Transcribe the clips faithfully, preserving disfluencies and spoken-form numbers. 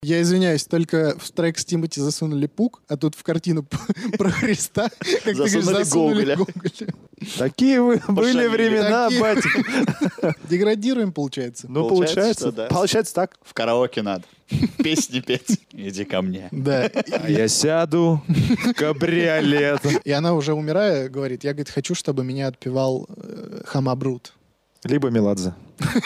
Я извиняюсь, только в трек с Тимати засунули пук, а тут в картину про Христа, как ты говоришь, засунули Гоголя. Такие вы были времена, батя. Деградируем, получается. Ну, получается, получается так. В караоке надо. Песни петь. Иди ко мне. Да. А я сяду в кабриолет. И она уже умирая говорит, я, говорит, хочу, чтобы меня отпевал э, Хамабрут. Либо Меладзе.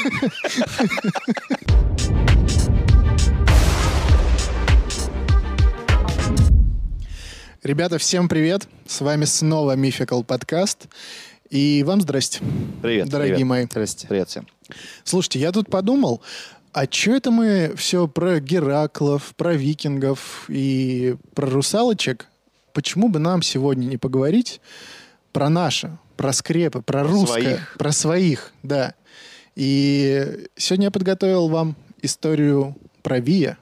Ребята, всем привет. С вами снова Mythical подкаст. И вам здрасте. Привет, дорогие привет. мои. Здрасте. Привет всем. Слушайте, я тут подумал, а что это мы все про Гераклов, про викингов и про русалочек? Почему бы нам сегодня не поговорить про наше, про скрепы, про, про русское, своих. про своих, да. И сегодня я подготовил вам историю про Вия.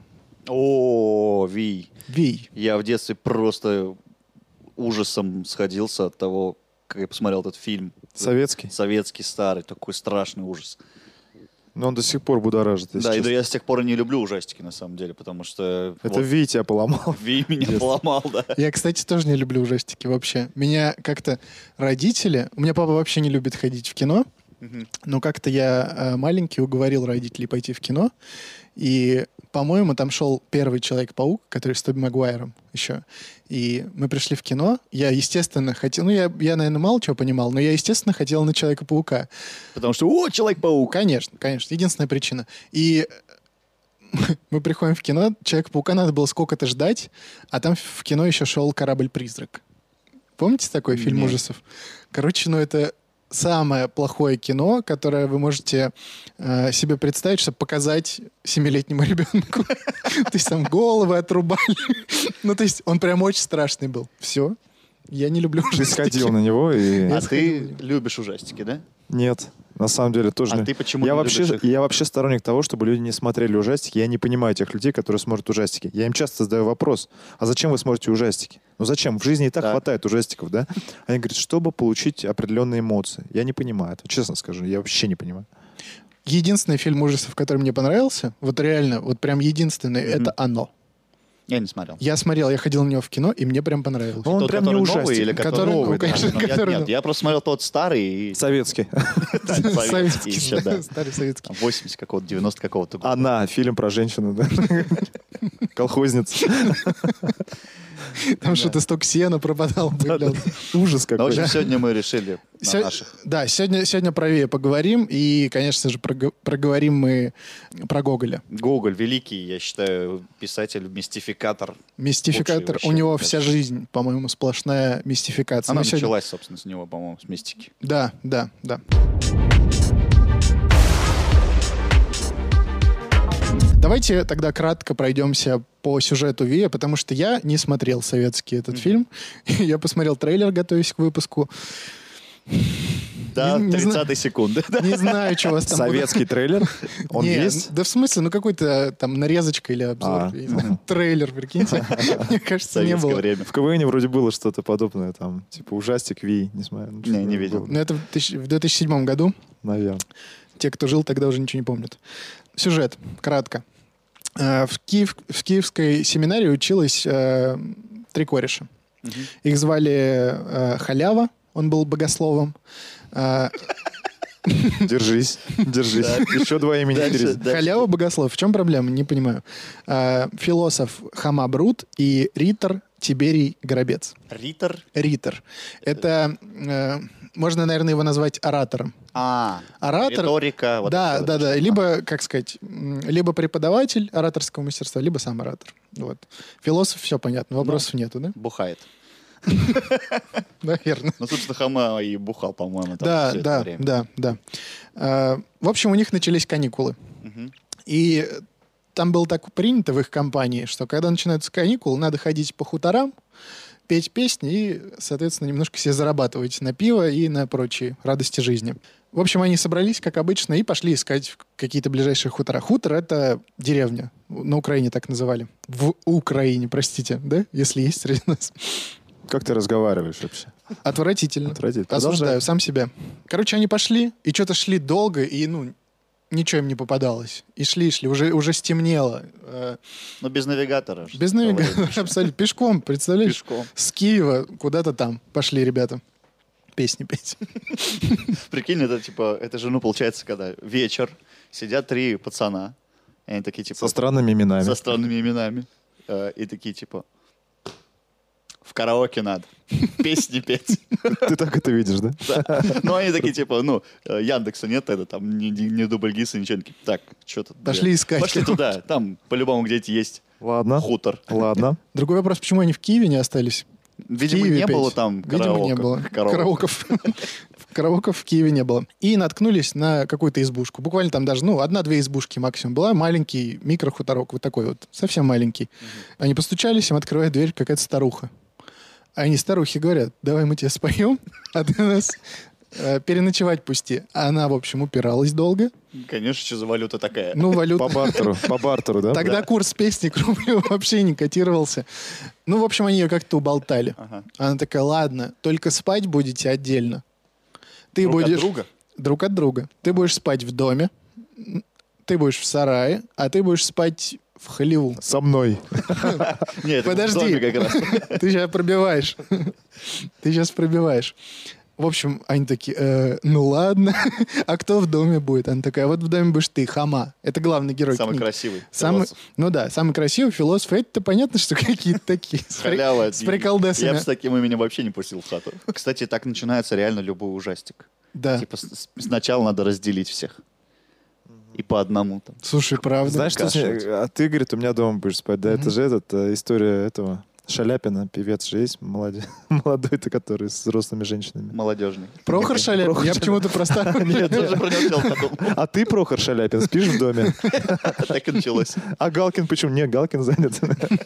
О, Вий. Вий. Я в детстве просто ужасом сходился от того, как я посмотрел этот фильм. Советский? Советский, старый, такой страшный ужас. Но он до сих пор будоражит. Да, и да, я с тех пор и не люблю ужастики, на самом деле, потому что... Это вот, Вий тебя поломал. Вий меня yes. поломал, да. Я, кстати, тоже не люблю ужастики вообще. Меня как-то родители... У меня папа вообще не любит ходить в кино, uh-huh. но как-то я э, маленький уговорил родителей пойти в кино, и, по-моему, там шел первый Человек-паук, который с Тоби Магуайром еще. И мы пришли в кино. Я, естественно, хотел... Ну, я, я, наверное, мало чего понимал, но я, естественно, хотел на Человека-паука. Потому что, о, Человек-паук! Конечно, конечно. Единственная причина. И мы приходим в кино, Человека-паука надо было сколько-то ждать, а там в кино еще шел «Корабль-призрак». Помните такой фильм Нет. ужасов? Короче, ну это... самое плохое кино, которое вы можете э, себе представить, чтобы показать семилетнему ребенку. То есть там головы отрубали. Ну, то есть он прям очень страшный был. Все. Я не люблю ужастики. Ты сходил на него и... А ты любишь ужастики, да? Нет. На самом деле тоже... А ты почему я не вообще, любишь их? Я вообще сторонник того, чтобы люди не смотрели ужастики. Я не понимаю тех людей, которые смотрят ужастики. Я им часто задаю вопрос, а зачем вы смотрите ужастики? Ну зачем? В жизни и так, так. хватает ужастиков, да? Они говорят, чтобы получить определенные эмоции. Я не понимаю. Это, честно скажу, я вообще не понимаю. Единственный фильм ужасов, который мне понравился, вот реально, вот прям единственный, mm-hmm. это «Оно». Я не смотрел. Я смотрел, я ходил на него в кино, и мне прям понравилось. Ну, он тот, прям не ужастик. Или который, который новый, ну, конечно, да. который... я, нет, я просто смотрел тот старый. И... Советский. Советский еще, да. Старый советский. восемьдесят какого-то, девяносто какого-то года. Она, фильм про женщину, да? Колхозница. Там что-то столько сена пропадал. Ужас какой. В общем, сегодня мы решили на наших. Да, сегодня, сегодня про Вия поговорим. И, конечно же, проговорим мы про Гоголя. Гоголь великий, я считаю, писатель, мистификатор. Мистификатор. У него вся жизнь, по-моему, сплошная мистификация. Она началась, собственно, с него, по-моему, с мистики. Да, да, да. Давайте тогда кратко пройдемся по сюжету Вия, потому что я не смотрел советский этот mm-hmm. фильм. Я посмотрел трейлер, готовясь к выпуску. Да, тридцатой секунды. Не знаю, что у вас там... Советский трейлер? Он не, есть? Да в смысле, ну какой-то там нарезочка или обзор. А, угу. Трейлер, прикиньте. Мне кажется, не было. Время. В КВН вроде было что-то подобное, там, типа ужастик Вий, не знаю. Ну, не, не видел. Ну это в две тысячи седьмом году. Наверное. Те, кто жил, тогда уже ничего не помнят. Сюжет, кратко. В, Киев, в Киевской семинарии училось э, три кореша. Угу. Их звали э, Халява, он был богословом. Э, держись, держись. Да. Еще два имени впереди. Халява, богослов. В чем проблема? Не понимаю. Э, философ Хамабрут и ритор Тиберий Горобец. Ритор? Ритор. Это... Э, можно, наверное, его назвать оратором. А, оратор, риторика. Вот да, да, да. Либо, как сказать, либо преподаватель ораторского мастерства, либо сам оратор. Вот. Философ, все понятно, вопросов ну, нету, да? Бухает. Наверное. Ну, собственно, Хама и бухал, по-моему. Да, да, да, да. В общем, у них начались каникулы. И там было так принято в их компании, что когда начинаются каникулы, надо ходить по хуторам, петь песни и, соответственно, немножко себе зарабатывать на пиво и на прочие радости жизни. В общем, они собрались, как обычно, и пошли искать какие-то ближайшие хутора. Хутор — это деревня. На Украине так называли. В Украине, простите, да? Если есть среди нас. Как ты разговариваешь вообще? Отвратительно. Отвратительно. Осуждаю сам себя. Короче, они пошли, и что-то шли долго, и, ну, ничего им не попадалось. И шли, шли, уже, уже стемнело. Э, Но без навигатора. Без навигатора, абсолютно. Пешком, представляешь? Пешком. С Киева куда-то там пошли ребята песни петь. Прикинь, это типа, это же, ну, получается, когда вечер, сидят три пацана, и они такие, типа... Со странными именами. Со странными именами. э, И такие, типа, в караоке надо песни петь. Ты так это видишь, да? Да. Ну, они такие, типа, ну, э, Яндекса нет, это там ни, ни, ни дубльгиса, ничего. Они такие, так, что тут? Пошли искать. Пошли туда, там по-любому где-то есть Ладно. хутор. Ладно. Другой вопрос, почему они в Киеве не остались? Видимо, Киеве не петь. было там Видимо, караоке. не было. Караоке. Караоков. Караоков в Киеве не было. И наткнулись на какую-то избушку. Буквально там даже, ну, одна-две избушки максимум была. Маленький микрохуторок, вот такой вот, совсем маленький. Они постучались, им открывает дверь какая-то старуха. А они старухи говорят, давай мы тебе споем, а ты нас э, переночевать пусти. А она, в общем, упиралась долго. Конечно, что за валюта такая? Ну, валюта... По бартеру, по бартеру, да? Тогда курс песни к рублю вообще не котировался. Ну, в общем, они ее как-то уболтали. Ага. Она такая, ладно, только спать будете отдельно. Ты Друг будешь... от друга? Друг от друга. Ты будешь спать в доме, ты будешь в сарае, а ты будешь спать в хлеву. Со мной. Нет, это в Подожди. доме как раз. Ты сейчас пробиваешь. Ты сейчас пробиваешь. В общем, они такие, «Э, ну ладно. А кто в доме будет? Она такая, вот в доме будешь ты, Хама. Это главный герой Самый книги. красивый. Самый, философ. ну да, самый красивый философ. Это понятно, что какие-то такие. С при- Халява. С приколдесами. Я бы с таким именем вообще не пустил в хату. Кстати, так начинается реально любой ужастик. Да. Типа с- с- сначала надо разделить всех. И по одному там. Слушай, правда. Знаешь, что с ней- а ты, говорит, у меня дома будешь спать. Да, это же этот, э, история этого Шаляпина, певец же есть, молодой, молодой-то, который с взрослыми женщинами. Молодежный. Прохор Шаляпин? Я почему-то просто... Я тоже про него подумал. А ты, Прохор Шаляпин, спишь в доме? Так и началось. А Галкин почему? Не, Галкин занят.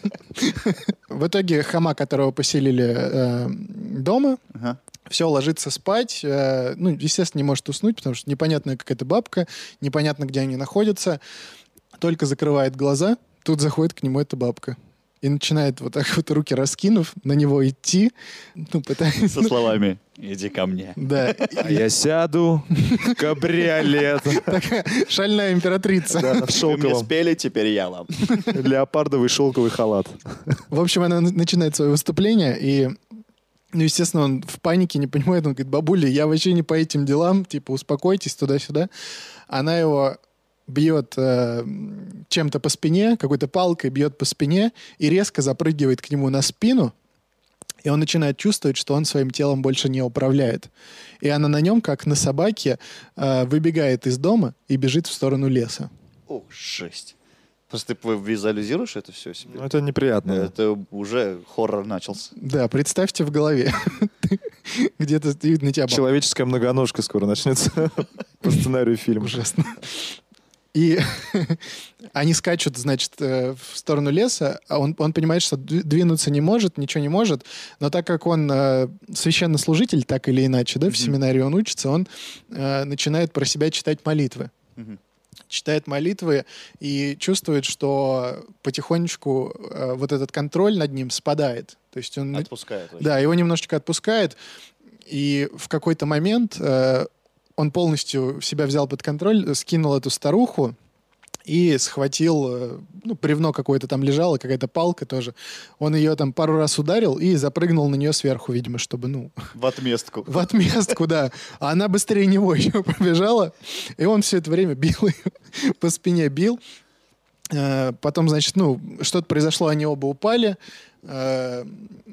В итоге Хама, которого поселили э, дома, Ага. все, ложится спать. э, ну, естественно, не может уснуть, потому что непонятная какая-то бабка, непонятно, где они находятся. Только закрывает глаза, тут заходит к нему эта бабка. И начинает вот так вот, руки раскинув, на него идти. Ну, пытается... Со словами «иди ко мне». Да. А я сяду в кабриолет. Такая шальная императрица. Да, в Вы мне шелковом. спели, теперь я вам. Леопардовый шелковый халат. В общем, она на- начинает свое выступление, и, ну, естественно, он в панике, не понимает. Он говорит, бабуля, я вообще не по этим делам, типа, успокойтесь, туда-сюда. Она его бьет э, чем-то по спине, какой-то палкой бьет по спине и резко запрыгивает к нему на спину, и он начинает чувствовать, что он своим телом больше не управляет. И она на нем, как на собаке, э, выбегает из дома и бежит в сторону леса. О, жесть. Просто ты визуализируешь это все себе? Ну, это неприятно. Это уже хоррор начался. Да, представьте в голове. Где-то на тебя бабка. Человеческая многоножка скоро начнется по сценарию фильма. Ужасно. И они скачут, значит, э, в сторону леса, а он, он понимает, что д- двинуться не может, ничего не может, но так как он э, священнослужитель, так или иначе, да, в семинарии он учится, он э, начинает про себя читать молитвы. Мгм. Читает молитвы и чувствует, что потихонечку э, вот этот контроль над ним спадает. То есть он... Отпускает. вообще. Да, его немножечко отпускает, и в какой-то момент э, он полностью себя взял под контроль, скинул эту старуху и схватил, э, ну, бревно какое-то там лежало, какая-то палка тоже. Он ее там пару раз ударил и запрыгнул на нее сверху, видимо, чтобы, ну, В отместку. в отместку, да. А она быстрее него еще побежала, и он все это время бил ее, по спине бил. Э, Потом, значит, ну, что-то произошло, они оба упали. Э,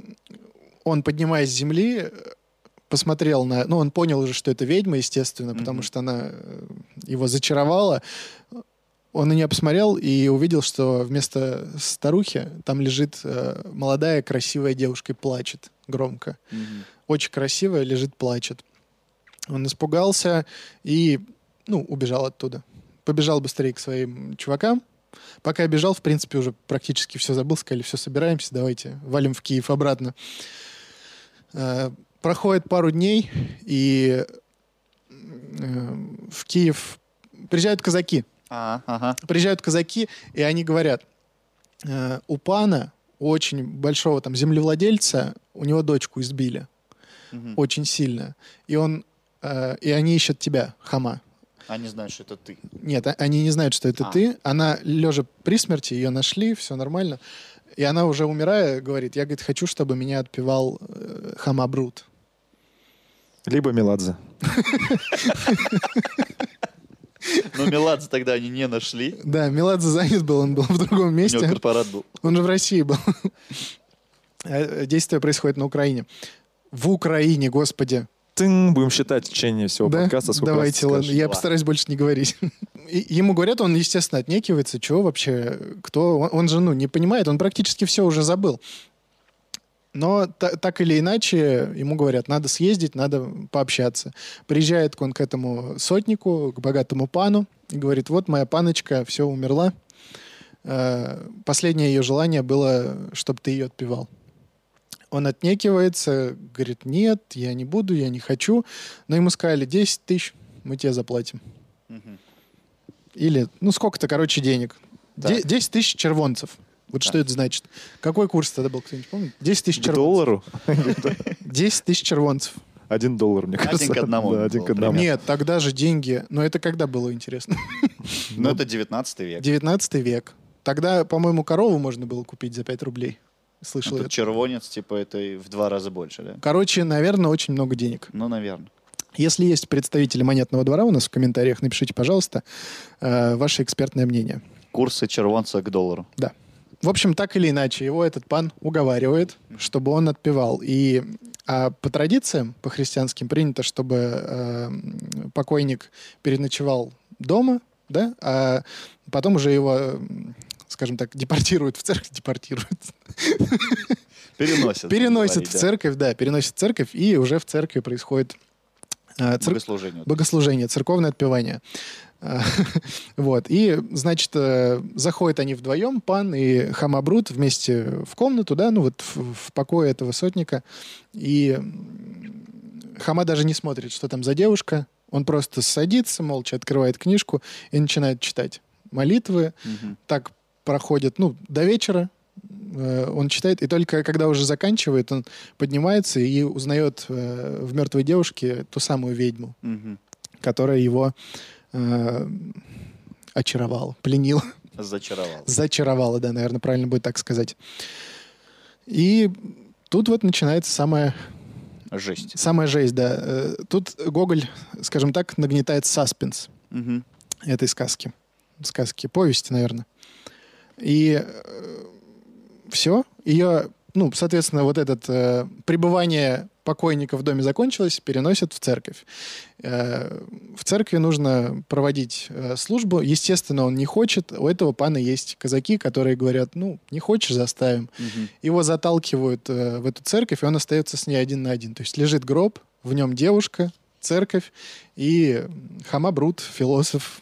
Он, поднимаясь с земли, посмотрел на... Ну, он понял уже, что это ведьма, естественно, потому Мгм. что она э, его зачаровала. Он на нее посмотрел и увидел, что вместо старухи там лежит э, молодая, красивая девушка и плачет громко. Мгм. Очень красивая, лежит, плачет. Он испугался и, ну, убежал оттуда. Побежал быстрее к своим чувакам. Пока я бежал, в принципе, уже практически все забыл. Сказали, все, собираемся, давайте валим в Киев обратно. Э, Проходит пару дней, и э, в Киев приезжают казаки. А, ага. Приезжают казаки, и они говорят, э, у пана, у очень большого там землевладельца, у него дочку избили Мгм. очень сильно. И он, э, и они ищут тебя, Хама. Они знают, что это ты. Нет, а- они не знают, что это А. ты. Она лежа при смерти, ее нашли, все нормально. И она уже умирая говорит, я, говорит, хочу, чтобы меня отпевал э, Хамабрут. Либо Меладзе. Но Меладзе тогда они не нашли. Да, Меладзе занят был, он был в другом У него месте. корпорат был. Он же в России был. А действие происходит на Украине. В Украине, господи. Тын, будем считать в течение всего Да? подкаста, сколько раз Давайте, ты ладно. скажешь. Я Ладно. постараюсь больше не говорить. И ему говорят, он, естественно, отнекивается. Чего вообще? Кто? Он, он же, ну, не понимает. Он практически все уже забыл. Но та- так или иначе, ему говорят, надо съездить, надо пообщаться. Приезжает он к этому сотнику, к богатому пану, и говорит, вот моя паночка, все, умерла. Э, Последнее ее желание было, чтобы ты ее отпевал. Он отнекивается, говорит, нет, я не буду, я не хочу. Но ему сказали, десять тысяч мы тебе заплатим. Мгм. Или, ну, сколько-то, короче, денег. Так. Де- десять тысяч червонцев. Вот что это значит? Какой курс тогда был, кто-нибудь помнит? десять тысяч К червонцев. доллару десять тысяч червонцев. один доллар, мне Один кажется. к одному Да, один было к одному. примерно. Нет, тогда же деньги... Но это когда было, интересно? Ну, это девятнадцатый век. девятнадцатый век. Тогда, по-моему, корову можно было купить за пять рублей. Слышал Этот это. червонец, типа, это и в два раза больше, да? Короче, наверное, очень много денег. Ну, наверное. Если есть представители монетного двора у нас в комментариях, напишите, пожалуйста, э, ваше экспертное мнение. Курсы червонца к доллару. Да. В общем, так или иначе, его этот пан уговаривает, чтобы он отпевал. И а по традициям, по христианским, принято, чтобы э, покойник переночевал дома, да, а потом уже его, э, скажем так, депортируют в церковь, депортируют. Переносят. Переносят говорить, в да. церковь, да, переносят в церковь, и уже в церкви происходит э, цер- Богослужение. богослужение, церковное отпевание. А, Вот. И, значит, э, заходят они вдвоем, пан и Хамабрут, вместе в комнату, да, ну вот в, в покое этого сотника. И м, Хама даже не смотрит, что там за девушка. Он просто садится, молча открывает книжку и начинает читать молитвы. Мгм. Так проходит, ну, до вечера. Э, Он читает, и только когда уже заканчивает, он поднимается и узнает э, в мертвой девушке ту самую ведьму, Мгм. которая его э, очаровала, пленила, Зачаровал. зачаровала, да, наверное, правильно будет так сказать. И тут вот начинается самая, Жесть. самая жесть, да. Э, Тут Гоголь, скажем так, нагнетает саспенс Мгм. этой сказки. Сказки, повести, наверное. И все. Ее, ну, соответственно, вот это э, пребывание покойника в доме закончилось, переносят в церковь. Э, в церкви нужно проводить э, службу. Естественно, он не хочет. У этого пана есть казаки, которые говорят, ну, не хочешь, заставим. Мгм. Его заталкивают э, в эту церковь, и он остается с ней один на один. То есть лежит гроб, в нем девушка, церковь и Хамабрут, философ,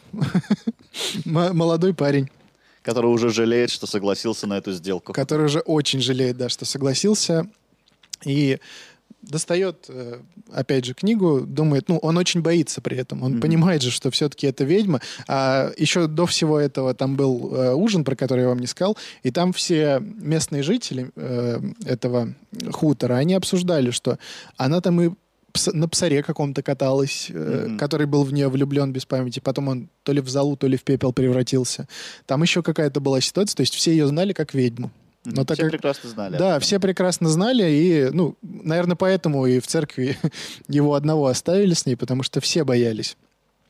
м- молодой парень, Который уже жалеет, что согласился на эту сделку. который уже очень жалеет, да, что согласился. И достает, э, опять же, книгу, думает, ну, он очень боится при этом. Он Мгм. понимает же, что все-таки это ведьма. А еще до всего этого там был э, ужин, про который я вам не сказал, и там все местные жители э, этого хутора, они обсуждали, что она там и пс- на псаре каком-то каталась, э, Мгм. который был в нее влюблен без памяти. Потом он то ли в золу, то ли в пепел превратился. Там еще какая-то была ситуация, то есть все ее знали как ведьму. Мгм. Но так Все как- прекрасно знали. Да, об этом. все прекрасно знали, и, ну, наверное, поэтому и в церкви его одного оставили с ней, потому что все боялись.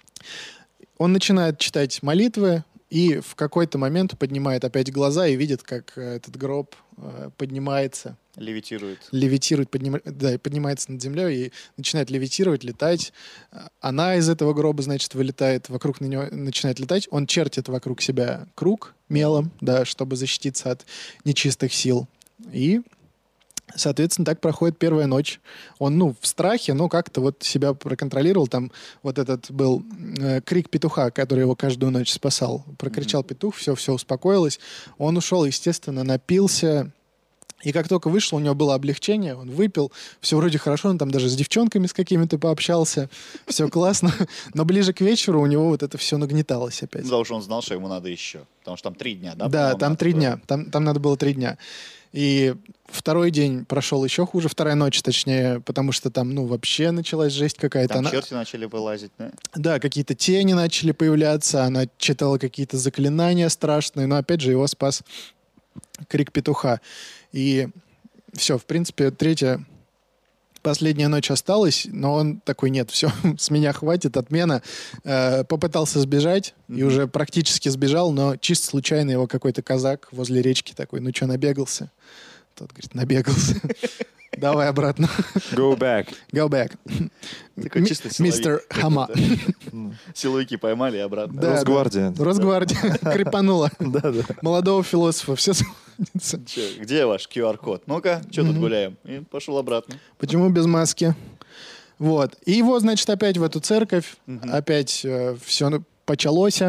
Он начинает читать молитвы, и в какой-то момент поднимает опять глаза и видит, как э, этот гроб э, поднимается, Левитирует. левитирует, поднима- да, и поднимается над землей и начинает левитировать, летать. А Она из этого гроба, значит, вылетает, вокруг на него начинает летать. Он чертит вокруг себя круг мелом, да, чтобы защититься от нечистых сил. И, соответственно, так проходит первая ночь. Он, ну, в страхе, но как-то вот себя проконтролировал. Там вот этот был э, крик петуха, который его каждую ночь спасал. Прокричал петух, все, все успокоилось. Он ушел, естественно, напился. И как только вышел, у него было облегчение, он выпил, все вроде хорошо, он там даже с девчонками с какими-то пообщался, все классно. Но ближе к вечеру у него вот это все нагнеталось опять. Ну, потому что он знал, что ему надо еще. Потому что там три дня, да? Да, по-моему, там надо три было? дня. Там, там надо было три дня. И второй день прошел еще хуже, вторая ночь, точнее, потому что там, ну, вообще началась жесть какая-то. Там Она... черти начали вылазить, да? Да, какие-то тени начали появляться, она читала какие-то заклинания страшные, но опять же его спас крик петуха. И все, в принципе, третья, последняя ночь осталась, но он такой, нет, все, с меня хватит, отмена. Э, попытался сбежать mm-hmm. и уже практически сбежал, но чисто случайно его какой-то казак возле речки такой, ну что, набегался? Тот говорит, набегался. Давай обратно. Go back. Go back. Такой чисто силовик. Мистер Хама. Силовики поймали и обратно. Да, Росгвардия. да. Росгвардия. Крепанула. Да, да. Молодого философа. Все сводится. Че, где ваш ку ар-код? Ну-ка, что тут гуляем? И пошел обратно. Почему без маски? Вот. И его, значит, опять в эту церковь. Опять э, все почалось.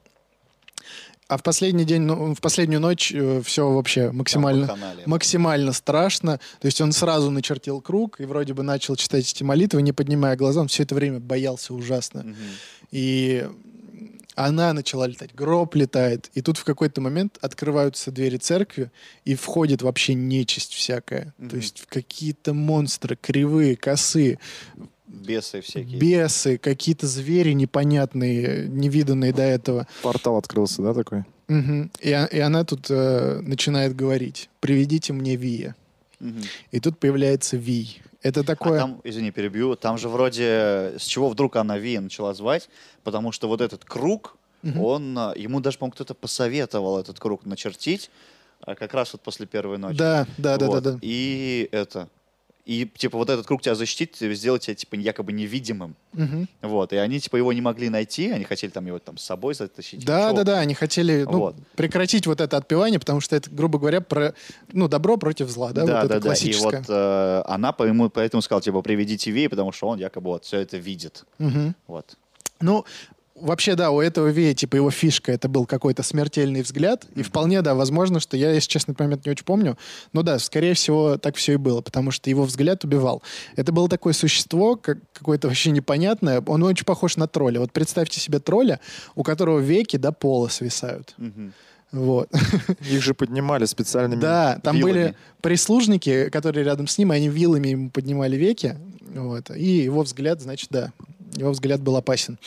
А в последний день, ну, в последнюю ночь э, все вообще максимально, максимально страшно. То есть он сразу начертил круг и вроде бы начал читать эти молитвы, не поднимая глаза. Он все это время боялся ужасно. Mm-hmm. И она начала летать, гроб летает. И тут в какой-то момент открываются двери церкви, и входит вообще нечисть всякая. Mm-hmm. То есть какие-то монстры, кривые, косые. Бесы всякие. Бесы, какие-то звери непонятные, невиданные до этого. Портал открылся, да, такой? Угу. И, и она тут э, начинает говорить: «Приведите мне Вия». Угу. И тут появляется Вий. Это такое... А там, извини, перебью, там же вроде... С чего вдруг она Вия начала звать? Потому что вот этот круг, угу. он... Ему даже, по-моему, кто-то посоветовал этот круг начертить, как раз вот после первой ночи. Да, да, да, вот. да, да. И это... И, типа, вот этот круг тебя защитит, сделать тебя, типа, якобы невидимым. Угу. Вот. И они, типа, его не могли найти, они хотели там его там с собой затащить. Да, да, да, они хотели ну, вот. прекратить вот это отпевание, потому что это, грубо говоря, про, ну, добро против зла, да, да вот да, это да. классическое. И вот э, она по ему, поэтому сказала, типа, приведите Вей, потому что он якобы вот все это видит. Угу. Вот. Ну, вообще, да, у этого Вея, типа, его фишка, это был какой-то смертельный взгляд, mm-hmm. и вполне, да, возможно, что я, если честно, этот момент не очень помню, но да, скорее всего, так все и было, потому что его взгляд убивал. Это было такое существо, как, какое-то вообще непонятное, он очень похож на тролля. Вот представьте себе тролля, у которого веки до пола свисают. Mm-hmm. Вот. Их же поднимали специальными Да, там вилами. были прислужники, которые рядом с ним, и они вилами ему поднимали веки, вот, и его взгляд, значит, да, его взгляд был опасен.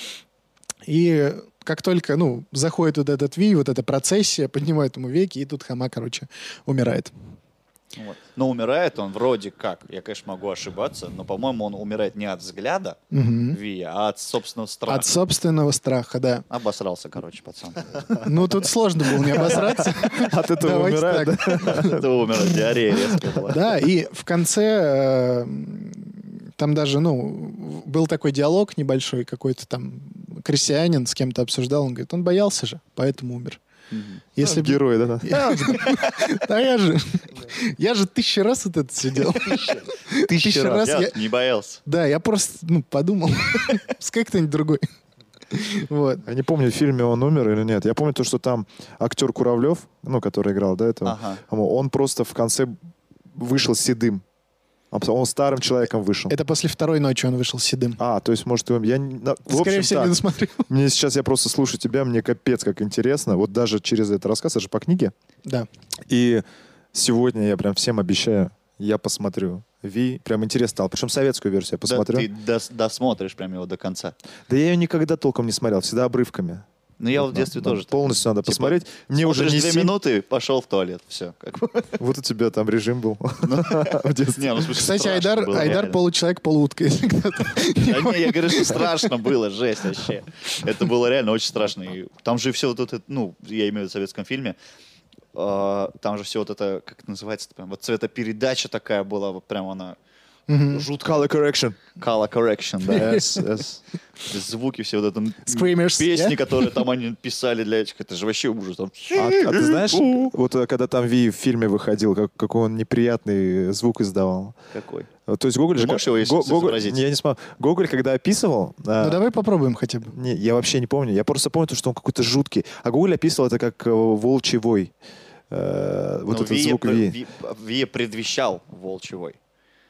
И как только, ну, заходит вот этот Вий, вот эта процессия, поднимает ему веки, и тут Хама, короче, умирает. Вот. Но умирает он вроде как, я, конечно, могу ошибаться, но, по-моему, он умирает не от взгляда угу. Вия, а от собственного страха. От собственного страха, да. Обосрался, короче, пацан. Ну, тут сложно было не обосраться. От этого умирает. От этого умирает, диарея резкая была. Да, и в конце... Там даже, ну, был такой диалог небольшой, какой-то там крестьянин с кем-то обсуждал, он говорит, он боялся же, поэтому умер. Mm-hmm. Если а, б... Герой, да? Да я же, я же тысячу раз вот это все делал. Тысячу раз. Я не боялся. Да, я просто, ну, подумал, пускай кто-нибудь другой. Вот. Я не помню, в фильме он умер или нет. Я помню то, что там актер Куравлев, ну, который играл, да, этого, ага. он просто в конце вышел седым. Он старым человеком вышел. Это после второй ночи он вышел седым. А, то есть, может, я... Ты, в скорее всего, не досмотрел. Мне сейчас, я просто слушаю тебя, мне капец как интересно. Вот даже через этот рассказ, это же по книге. Да. И сегодня я прям всем обещаю, я посмотрю. Ви, прям интересно стало. Причем советскую версию я посмотрю. Да, ты дос- досмотришь прям его до конца. Да я ее никогда толком не смотрел, всегда обрывками. Ну, я вот в детстве да, тоже. Полностью надо типа, посмотреть. Мне уже не две минуты, пошел в туалет. Все. Вот у тебя там режим был. Кстати, Айдар получеловек, полуутка. Да не, я говорю, что страшно было, жесть вообще. Это было реально очень страшно. Там же все вот это, ну, я имею в виду в советском фильме, там же все вот это, как это называется, вот цветопередача такая была, вот прям она... Mm-hmm. Жутко. Color correction. Color correction, да. Yes, yes. Звуки все вот это. Screamers, песни, yeah? которые там они писали для этих. Это же вообще ужас. Там. А, а ты знаешь, вот когда там Ви в фильме выходил, как, какой он неприятный звук издавал? Какой? То есть Гоголь же... Можешь его Го- Гоголь, я не смогу. Гоголь, когда описывал... Ну а, давай попробуем хотя бы. Не, я вообще не помню. Я просто помню, что он какой-то жуткий. А Гоголь описывал это как волчий вой. Э, вот ну, этот звук Ви. Ви, Ви предвещал волчий вой.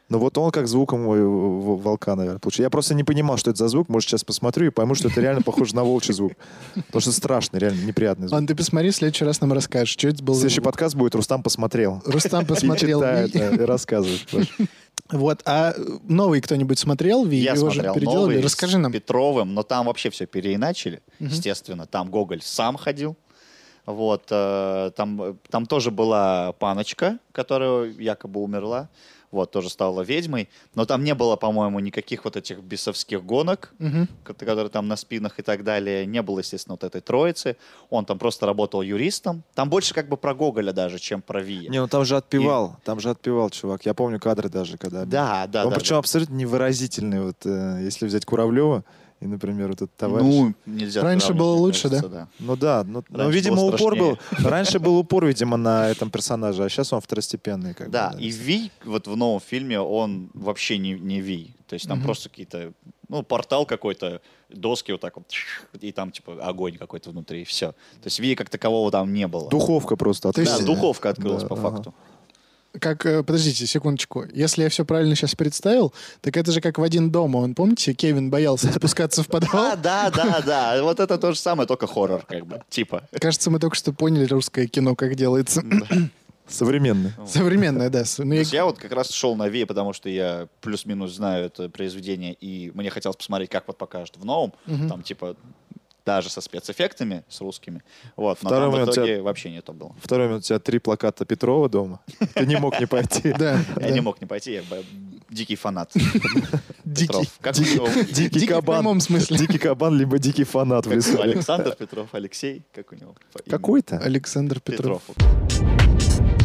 Ну вот он как звуком ой, в- волка, наверное, получил. Я просто не понимал, что это за звук. Может, сейчас посмотрю и пойму, что это реально похоже на волчий звук. Потому что страшный, реально неприятный звук. Ладно, ты посмотри, в следующий раз нам расскажешь, что это был за Следующий звук. подкаст будет «Рустам посмотрел». Рустам И посмотрел читает, Ви. да, и рассказывает. Вот, а новый кто-нибудь смотрел Ви? Я Его же смотрел переделали? новый Расскажи с нам. Петровым, но там вообще все переиначили, естественно. Там Гоголь сам ходил. Вот, э, там, там тоже была паночка, которая якобы умерла. Вот, тоже стала ведьмой. Но там не было, по-моему, никаких вот этих бесовских гонок, Мгм. ко- которые там на спинах и так далее. Не было, естественно, вот этой троицы. Он там просто работал юристом. Там больше как бы про Гоголя даже, чем про Вия. Не, ну там же отпевал, там же отпевал, чувак. Я помню кадры даже, когда... Да, да, Он да. причем да. абсолютно невыразительный. Вот, э, если взять Куравлева и, например, вот этот товарищ. Ну, нельзя Раньше сравнивать, было мне лучше, кажется, да? Ну да, ну, ну, Раньше видимо, было упор был. страшнее. Раньше был упор, видимо, на этом персонаже, а сейчас он второстепенный. Как Да, бы, и Ви вот в новом фильме, он вообще не, не Ви. То есть там Мгм. просто какие-то, ну, портал какой-то, доски вот так вот, и там типа огонь какой-то внутри, и все. То есть Ви как такового там не было. Духовка просто То есть- Да, открылась. духовка открылась Да, по ага. факту. Как, э, подождите, секундочку. Если я все правильно сейчас представил, так это же как в «Один дома». Он, помните, Кевин боялся спускаться в подвал? Да, да, да, да. Вот это то же самое, только хоррор, как бы, типа. Кажется, мы только что поняли русское кино, как делается. Современный. Современное, да. с- ну, То я- есть я вот как раз шел на Ви, потому что я плюс-минус знаю это произведение, и мне хотелось посмотреть, как вот покажут в новом, Мгм. там типа даже со спецэффектами, с русскими. Вот, но Второй там в момент, итоге тебя- вообще не то было. Второй момент, у тебя три плаката Петрова дома. Ты не мог не пойти. Да, Я да. не мог не пойти, я б- дикий фанат. Дикий. Петров. Как у него? Дикий Дикий в кабан. прямом смысле. Дикий кабан, либо дикий фанат в Как лесу. Александр Петров, Алексей, как у него? по имени? Какой-то. Александр Петров. Петров.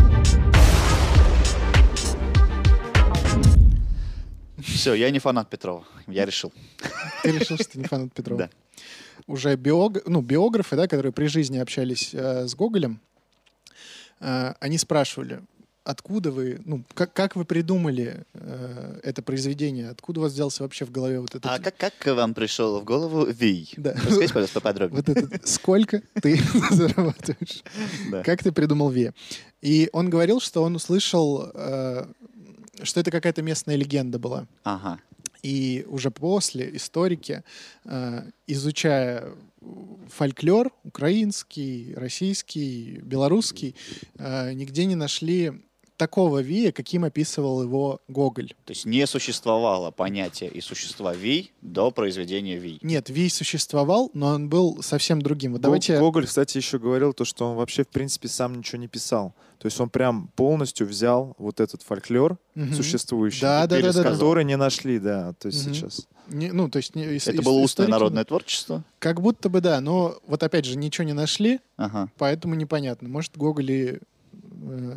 Все, я не фанат Петрова, я решил. Ты решил, что ты не фанат Петрова? Да. Уже биог... ну, биографы, да, которые при жизни общались э, с Гоголем, э, они спрашивали, откуда вы, ну, как, как вы придумали э, это произведение, откуда у вас взялся вообще в голове вот этот... А как, как вам пришел в голову Ви? Да. Расскажите, пожалуйста, поподробнее. Вот этот, сколько ты зарабатываешь? Да. Как ты придумал Ви? И он говорил, что он услышал, э, что это какая-то местная легенда была. Ага. И уже после историки, э, изучая фольклор украинский, российский, белорусский, э, нигде не нашли такого Вия, каким описывал его Гоголь. То есть не существовало понятия и существа Ви до произведения Ви. Нет, Вий существовал, но он был совсем другим. Вот давайте... Гоголь, кстати, еще говорил то, что он вообще, в принципе, сам ничего не писал. То есть он прям полностью взял вот этот фольклор Мгм. существующий, Да, да, да, да, да. который не нашли, да, то есть Мгм. сейчас. Не- ну, то есть... не- ис- Это ис- было устное историки- народное творчество? Как будто бы да, но вот опять же ничего не нашли, Ага. поэтому непонятно. Может, Гоголь и э,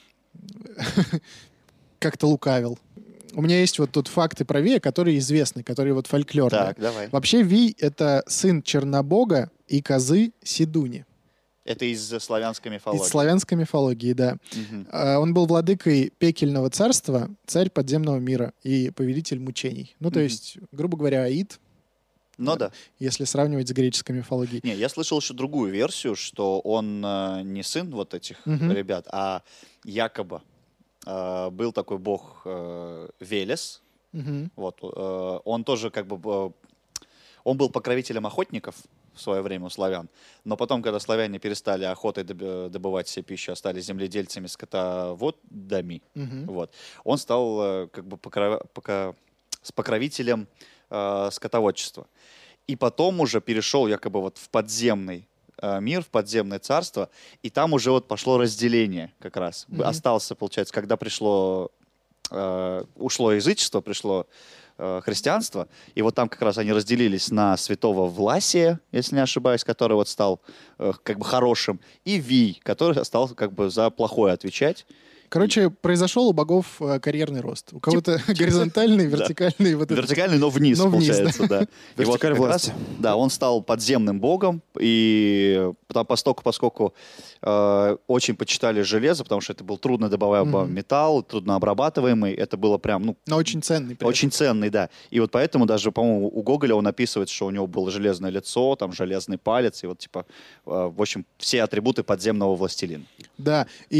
как-то лукавил. У меня есть вот тут факты про Вия, которые известны, которые вот фольклорные. Так, давай. Вообще Вий — это сын Чернобога и козы Сидуни. Это из славянской мифологии. Из славянской мифологии, да. Мгм. А, Он был владыкой пекельного царства, царь подземного мира и повелитель мучений. Ну, то Мгм. есть, грубо говоря, Аид, Ну да. если сравнивать с греческой мифологией. Не, я слышал еще другую версию, что он э, не сын вот этих Мгм. ребят, а якобы э, был такой бог э, Велес. Мгм. Вот, э, он тоже как бы... э, он был покровителем охотников в свое время у славян. Но потом, когда славяне перестали охотой доб- добывать себе пищу, а стали земледельцами, скотоводами, Мгм. вот, он стал э, как бы покро- пока- с покровителем э, скотоводчества. И потом уже перешел якобы вот в подземный э, мир, в подземное царство, и там уже вот пошло разделение как раз. Мгм. Остался, получается, когда пришло, э, ушло язычество, пришло э, христианство, и вот там как раз они разделились на святого Власия, если не ошибаюсь, который вот стал э, как бы хорошим, и Вий, который стал как бы за плохое отвечать. Короче, произошел у богов э, карьерный рост. У кого-то горизонтальный, да. вертикальный. Вот этот. Вертикальный, но вниз, Но вниз, получается, да. И вот Вертикаль как власти. раз, да, он стал подземным богом, и потому, поскольку, поскольку э, очень почитали железо, потому что это был трудно добываемый Мгм. металл, трудно обрабатываемый, это было прям, ну, Но очень ценный. при этом. очень ценный, да. И вот поэтому даже, по-моему, у Гоголя он описывает, что у него было железное лицо, там, железный палец, и вот, типа, э, в общем, все атрибуты подземного властелина. Да, и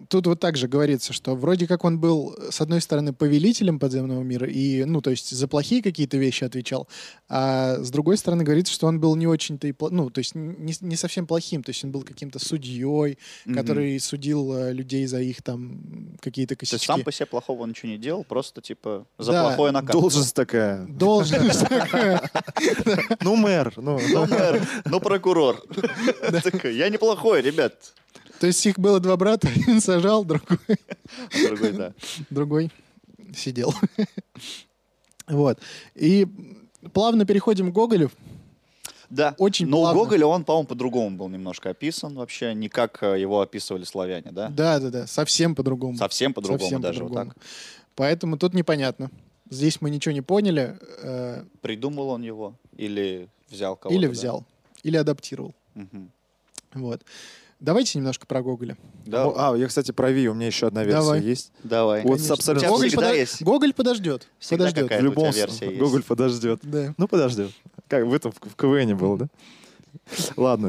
тут вот так же говорится, что вроде как он был, с одной стороны, повелителем подземного мира, и, ну, то есть за плохие какие-то вещи отвечал, а с другой стороны говорится, что он был не очень-то и, пла- ну, то есть не, не совсем плохим, то есть он был каким-то судьей, Мгм. который судил э, людей за их там какие-то То есть косячки. сам по себе плохого он ничего не делал, просто типа за Да, плохое наказывал. Должность такая. Должность такая. Ну, мэр. Ну, Ну, мэр, ну, прокурор. Такой, я неплохой, ребят. То есть их было два брата, один сажал, другой, А другой, да. другой сидел. Вот. И плавно переходим к Гоголю. Да, Очень но плавно. у Гоголя он, по-моему, по-другому был немножко описан вообще, не как э, его описывали славяне, да? Да, да, да, совсем по-другому. Совсем по-другому Совсем даже вот по-другому. так. Поэтому тут непонятно. Здесь мы ничего не поняли. э, Придумал он его или взял кого-то? Или да? взял, или адаптировал. Мгм. Вот. Давайте немножко про Гоголя. Да, А, я, кстати, про Ви, у меня еще одна версия Давай. есть. давай. Вот Конечно. абсолютно- У тебя Гоголь, всегда подо- есть. Гоголь подождет. Всегда подождет. какая-то В у тебя любом версия случае. есть. Гоголь подождет. Да. Ну, подождет. Как в этом, в КВН было, да? Ладно.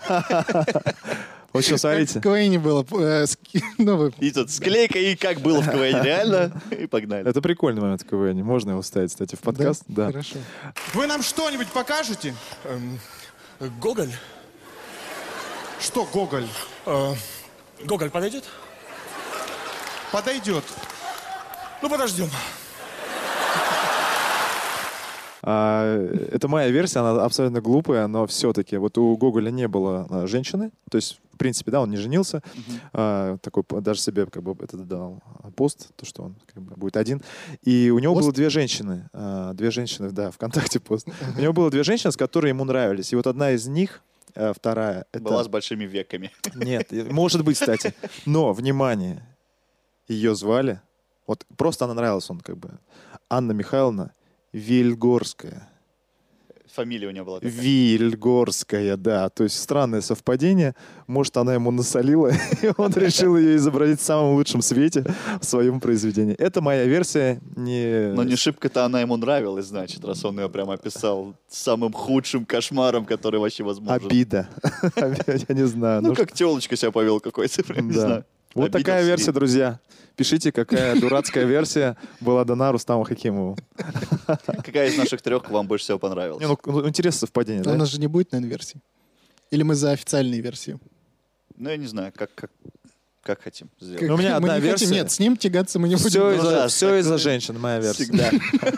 В общем, смотрите. Как в КВН было. э, ски- ну, вы- И тут склейка, и как было в КВН, реально, и погнали. Это прикольный момент в КВН. Можно его вставить, кстати, в подкаст? Да? Да. Хорошо. Вы нам что-нибудь покажете? Эм, Гоголь? Что Гоголь? Э, Гоголь подойдет? Подойдет. Ну, подождем. А, это моя версия, она абсолютно глупая, но все-таки вот у Гоголя не было а, женщины, то есть, в принципе, да, он не женился, а, такой п- даже себе как бы это дал пост, то, что он как бы будет один. И у него Пост? было две женщины, а, две женщины, да, ВКонтакте пост. У него было две женщины, с которыми ему нравились. И вот одна из них, а, вторая, это... Была с большими веками. Нет, и- может быть, кстати. Но, внимание, ее звали, вот просто она нравилась, он как бы, Анна Михайловна Вильгорская. Фамилия у нее была такая. Вильгорская, да. То есть странное совпадение. Может, она ему насолила, и он решил ее изобразить в самом лучшем свете в своем произведении. Это моя версия. Не... Но не шибко-то она ему нравилась, значит, раз он ее прям описал самым худшим кошмаром, который вообще возможен. Обида. Я не знаю. Ну, Ну, как телочка себя повел какой-то, прям не да. знаю. Вот Обиделся такая и- версия, друзья. Пишите, какая дурацкая версия была дана Рустаму Хакимову. Какая из наших трех вам больше всего понравилась? Не, ну, ну, интересное совпадение, У да? нас же не будет, наверное, версии. Или мы за официальные версии? Ну, я не знаю, как, как, как хотим сделать. Как- Ну, у меня мы одна не хотим- версия. Нет, с ним тягаться мы не будем. Все Ну из-за, да, все так из-за вы- женщин, моя версия. Всегда.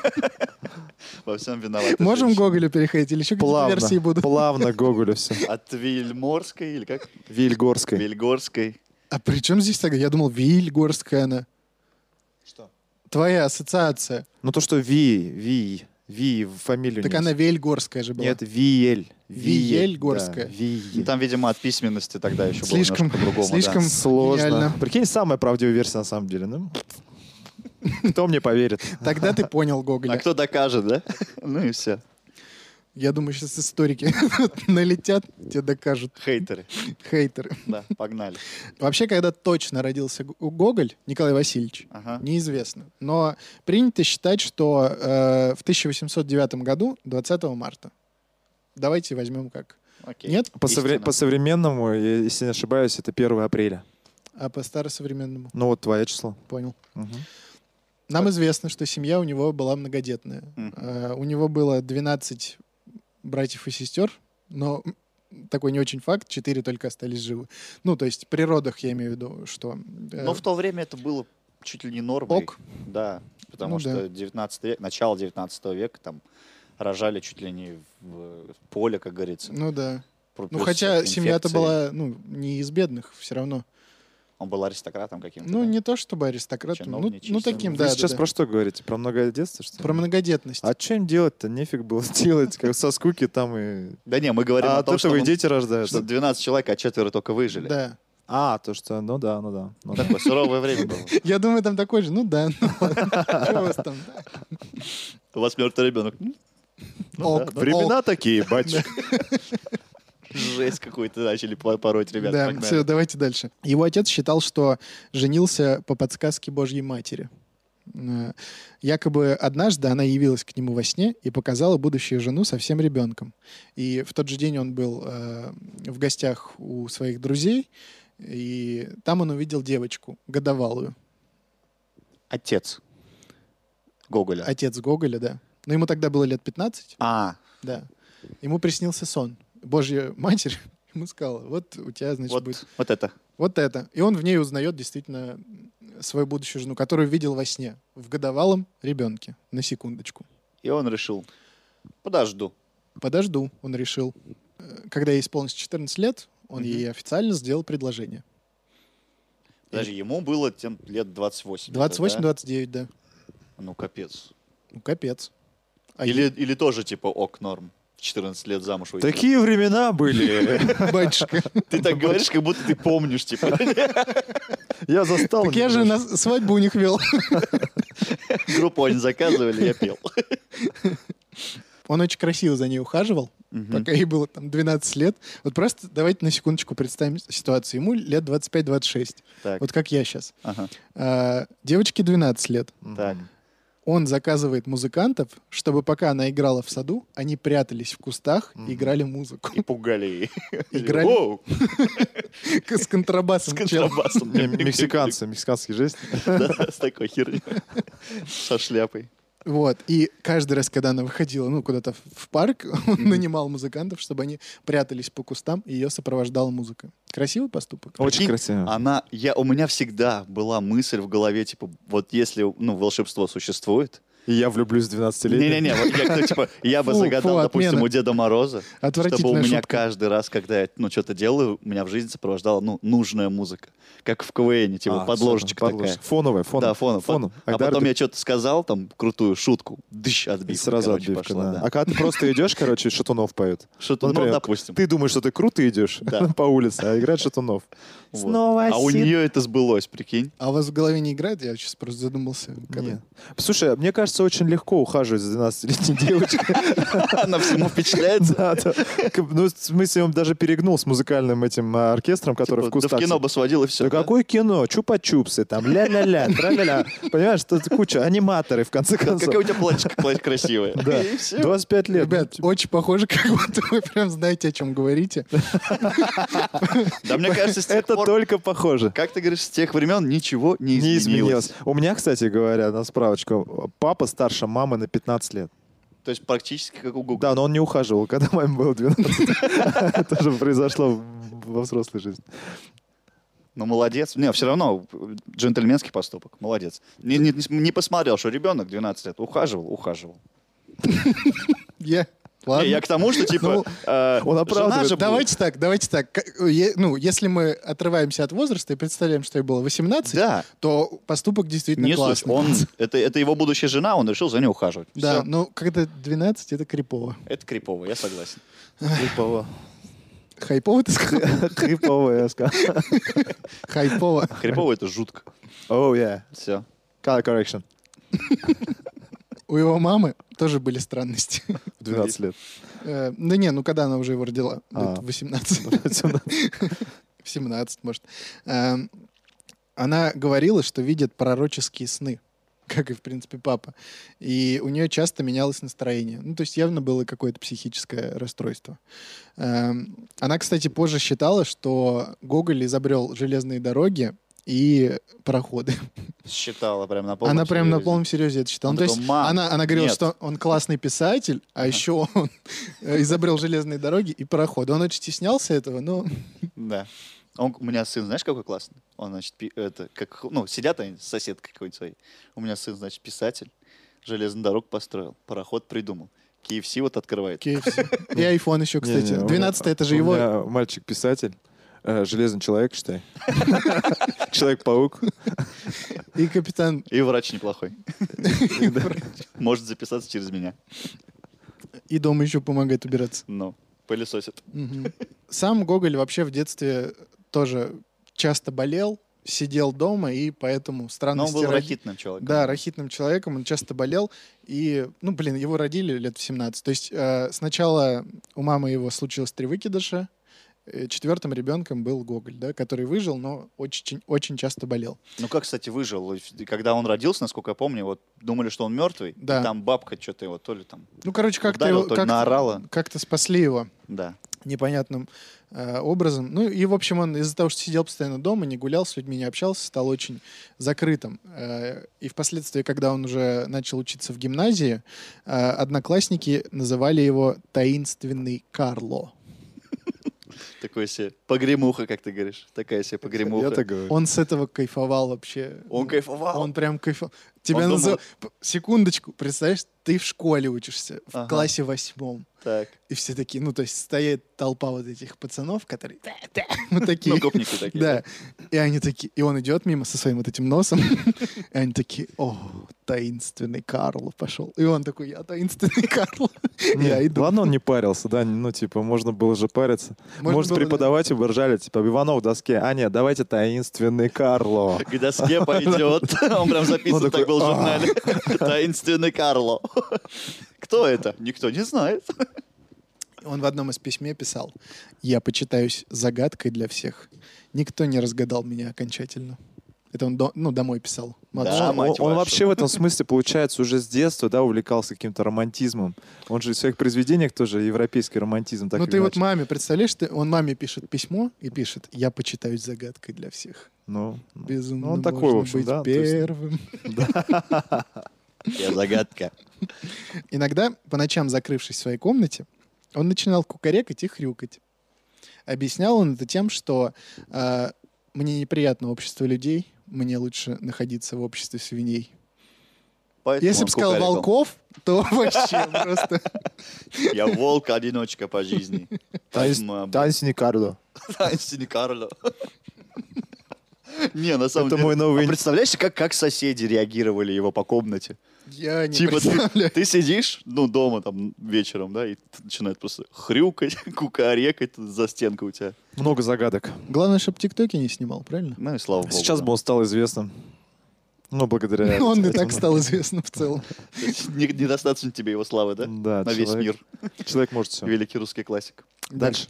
Во всем виновата Можем к женщина. Гоголю переходить? Или еще какие-то версии Плавно, будут? плавно Гоголю все. От Вильморской или как? Вильгорской. Вильгорской. А при чем здесь тогда? Я думал, Вильгорская она. Что? Твоя ассоциация. Ну то, что Ви, Ви, Ви, фамилию Так нет. она Вельгорская же была. Нет, Виель. Виельгорская. Да, Ви. Ну, там, видимо, от письменности тогда еще было Слишком- немножко по-другому. да. слишком- Сложно. Гениально. Прикинь, самая правдивая версия на самом деле. Ну, кто мне поверит? Тогда ты понял А Гоголя. кто докажет, да? Ну и все. Я думаю, сейчас историки налетят, тебе докажут. Хейтеры. Хейтеры. Да, погнали. Вообще, когда точно родился Г- Гоголь, Николай Васильевич, Ага. неизвестно. Но принято считать, что э, в тысяча восемьсот девятом году, двадцатого марта. Давайте возьмем как. Окей. Нет? По, совре- Истина. по современному, я- если не ошибаюсь, это первое апреля. А по старосовременному? Ну вот твое число. Понял. Мгм. Нам известно, что семья у него была многодетная. Мгм. Э, у него было двенадцать братьев и сестер, но такой не очень факт, четыре только остались живы. Ну, то есть при родах я имею в виду, что... э, Но в то время это было чуть ли не нормой. Ок. Да, потому Ну что да. девятнадцатый век, начало девятнадцатого века там рожали чуть ли не в поле, как говорится. Ну да. Плюс Ну, хотя семья-то инфекции. была, ну, не из бедных, все равно. Он был аристократом каким-то. Ну, да? не то чтобы аристократом, ну, Чиновничий, ну всё. таким, Вы да, сейчас да, да. про что говорите? Про многодетство, что ли? Про многодетность. А что им делать-то? Нефиг было делать, как со скуки там и... Да не, мы говорим А о от том, что, этого и он- дети что рождаются. двенадцать человек, а четверо только выжили. Да. А, то что, ну да, ну да. Ну да. Такое суровое время было. Я думаю, там такой же, ну да. ну ладно. Чё у вас там? У вас мертвый ребенок. М, Ок, Времена такие, батюшка. Жесть какую-то начали по- пороть, ребята. Да, погнали. все, давайте дальше. Его отец считал, что женился по подсказке Божьей Матери. Э, Якобы однажды она явилась к нему во сне и показала будущую жену совсем ребенком. И в тот же день он был э, в гостях у своих друзей, И там он увидел девочку, годовалую. Отец Гоголя. Отец Гоголя, да. Но ему тогда было лет пятнадцать. А, Да. Ему приснился сон. Божья Матерь ему сказала, вот у тебя, значит, вот, будет вот это. вот это. И он в ней узнает действительно свою будущую жену, которую видел во сне, в годовалом ребенке, на секундочку. И он решил, подожду. Подожду, он решил. Э, Когда ей исполнилось четырнадцать лет, он Мгм. ей официально сделал предложение. Даже ему было тем лет двадцать восемь. двадцать восемь да? двадцать девять, да. Ну, капец. Ну, капец. А Или, или тоже типа ок, норм. В четырнадцать лет замуж выйти. Такие времена были. ей- Батюшка. Ты так говоришь, как будто ты помнишь, типа. Я застал. Так я же на свадьбу у них вел. Группу они заказывали, я пел. Он очень красиво за ней ухаживал, пока ей было там двенадцать лет. Вот просто давайте на секундочку представим ситуацию. Ему лет двадцать пять двадцать шесть. Так, Вот как я сейчас. ага. А, девочке двенадцать лет. Так. Он заказывает музыкантов, чтобы пока она играла в саду, они прятались в кустах и играли музыку. И пугали ей. Играли? Воу, С контрабасом. с чел. контрабасом. Не, Мексиканцы, мексиканский жест. Да, с такой херней. Со шляпой. Вот. И каждый раз, когда она выходила ну, куда-то в парк, он нанимал музыкантов, чтобы они прятались по кустам, и ее сопровождала музыка. Красивый поступок. Очень Прикинь, красиво. Она, я, у меня всегда была мысль в голове, типа, вот если, ну, волшебство существует, И я влюблюсь в двенадцатилетнего. не-не-не, вот я, кто, типа, я бы Фу, загадал, фу, допустим, отмена. у Деда Мороза, чтобы у Отвратительная меня шутка. каждый раз, когда я, ну, что-то делаю, меня в жизни сопровождала, ну, нужная музыка. Как в КВНе, типа, А, подложечка супер, такая. подложечка. Фоновая, фоновая. Да, фоном. Фоном. А Айдар, потом ты- я что-то сказал, там, крутую шутку, дыщ, И отбивка, сразу короче, отбивка, пошла, да. да. А когда ты просто идешь, короче, Шатунов поет. Что-то, Ну, ну, например, допустим. Ты думаешь, что ты круто идешь Да. по улице, а играет Шатунов. Вот. Снова А у сид- нее это сбылось, прикинь. А у вас в голове не играет? Я сейчас просто задумался. Когда... Нет. Слушай, мне кажется, очень легко ухаживать за двенадцатилетней девочкой. Она всему впечатляется. Да, да. К- Ну, в смысле, он даже перегнул с музыкальным этим а, оркестром, который в Типа, да кустах. в кино бы сводил и все. Да какое кино? Чупа-чупсы, там, ля-ля-ля, тра-ля-ля. Понимаешь, тут куча аниматоры, в конце концов. Какая у тебя платьишко кла- красивое. Да, И всё. двадцать пять лет. Ребят, очень похоже, как будто вы прям знаете, о чем говорите. Да мне кажется, с тех Это пор, только похоже. как ты говоришь, с тех времен ничего не Не изменилось. изменилось. У меня, кстати говоря, на справочку, папа старше мамы на пятнадцать лет. То есть практически как у Google. Да, но он не ухаживал, когда маме было двенадцать. Это же произошло во взрослой жизни. Ну, молодец. Не, все равно джентльменский поступок. Молодец. Не, не, не посмотрел, что ребенок двенадцать лет ухаживал, ухаживал. Я... Ладно. Не, я к тому, что, типа, Ну, э, он оправдывает. жена же будет. Давайте так, давайте так. К- е- Ну, если мы отрываемся от возраста и представляем, что ей было восемнадцать, Да. то поступок действительно Не суть. классный. Он, это, это его будущая жена, он решил за ней ухаживать. Да, Всё. но когда двенадцать, это крипово. Это крипово, я согласен. Крипово. Хайпово ты сказал? Крипово, я сказал. Хайпово. Крипово это жутко. Oh, yeah. Все. Color correction. У его мамы тоже были странности. В двенадцать лет. Э, Да не, ну когда она уже его родила? А. Лет в восемнадцать. В семнадцать, может. Эм, Она говорила, что видит пророческие сны, как и, в принципе, папа. И у нее часто менялось настроение. Ну, то есть явно было какое-то психическое расстройство. Эм, Она, кстати, позже считала, что Гоголь изобрел железные дороги и пароходы. Считала прям на полном Она прям на серьезе. полном серьезе это считала. Он Ну, то такой, есть «Мам, она, она говорила, нет». что он классный писатель, а еще он э, изобрел железные дороги и пароходы. Он очень стеснялся этого, но Да. Он, у меня сын, знаешь, какой классный? Он, значит, пи- это, как, ну, сидят они с соседкой какой-то своей. У меня сын, значит, писатель, железную дорогу построил, пароход придумал. кей эф си вот открывает. кей эф си. И айфон еще, кстати. Не-не, у меня- двенадцатый это же у его... меня мальчик-писатель. э, Железный человек, считай. Человек-паук. И капитан... И врач неплохой. Может записаться через меня. И дома еще помогает убираться. Ну, пылесосит. Мгм. Сам Гоголь вообще в детстве тоже часто болел, сидел дома, и поэтому Но он странности... был роди- рахитным человеком. Да, рахитным человеком, он часто болел. И, ну, блин, его родили лет в семнадцать. То есть э, сначала у мамы его случилось три выкидыша. Э, Четвертым ребенком был Гоголь, да, который выжил, но очень, очень часто болел. Ну как, кстати, выжил? И Когда он родился, насколько я помню, вот думали, что он мертвый. Да. И там бабка что-то его то ли там... Ну, короче, как-то Ударил, его- то ли как-то- наорала. как-то спасли его. Да. непонятным э, образом. Ну и, в общем, он из-за того, что сидел постоянно дома, не гулял с людьми, не общался, стал очень закрытым. Э, и впоследствии, когда он уже начал учиться в гимназии, э, одноклассники называли его «таинственный Карло». Такой себе погремуха, как ты говоришь. Такая себе погремуха. Я так говорю. Он с этого кайфовал вообще. Он кайфовал? Он прям кайфовал. Тебя Он назов... думал- П- Секундочку, представляешь, ты в школе учишься, в Ага. классе восьмом. Так. И все такие, ну, то есть стоит толпа вот этих пацанов, которые... «Да, да», вот такие. Ну, гопники такие. Да. И они такие... И он идет мимо со своим вот этим носом. И они такие, о, таинственный Карл пошел. И он такой, я таинственный Карл. Я Нет, иду. ладно, он не парился, да, ну, типа, можно было же париться. Можно Может, было, да. преподаватель бы ржали, типа, Иванов в доске. А, нет, давайте таинственный Карло. К доске пойдет. Он прям записан, Он так такой, был в журнале. Таинственный Карло. Кто это? Никто не знает. Он в одном из письме писал, я почитаюсь загадкой для всех. Никто не разгадал меня окончательно. Это он до- ну, домой писал. Младший. Да, Он, мать он вашу. вообще в этом смысле, получается, уже с детства, да, увлекался каким-то романтизмом. Он же в своих произведениях тоже европейский романтизм так Ну или ты вот иначе. маме, представляешь, ты, он маме пишет письмо и пишет, я почитаюсь загадкой для всех. Ну, ну, Безумно ну, он такой, можно в общем, быть да. то есть- первым. Я загадка. Иногда, по ночам закрывшись в своей комнате, он начинал кукарекать и хрюкать. Объяснял он это тем, что э, мне неприятно общество людей, мне лучше находиться в обществе свиней. Поэтому Если он бы сказал кукарекал. волков, то вообще просто... Я волк-одиночка по жизни. Поэтому, а, Таинственный Карло. Таинственный Карло. Не, на самом Это деле. мой новый- А представляешь, как, как соседи реагировали его по комнате? Я не Типа ты, представляю. ты сидишь, ну, дома там вечером, да, и начинает просто хрюкать, кукарекать за стенкой у тебя. Много загадок. Главное, чтобы ТикТоки не снимал, правильно? Ну и слава богу. Сейчас да. бы он стал известным. Ну, благодаря... Он и этому. так стал известным в целом. То есть не- Недостаточно тебе его славы, да? Да, На весь человек- мир. Человек может все. Великий русский классик. Дальше.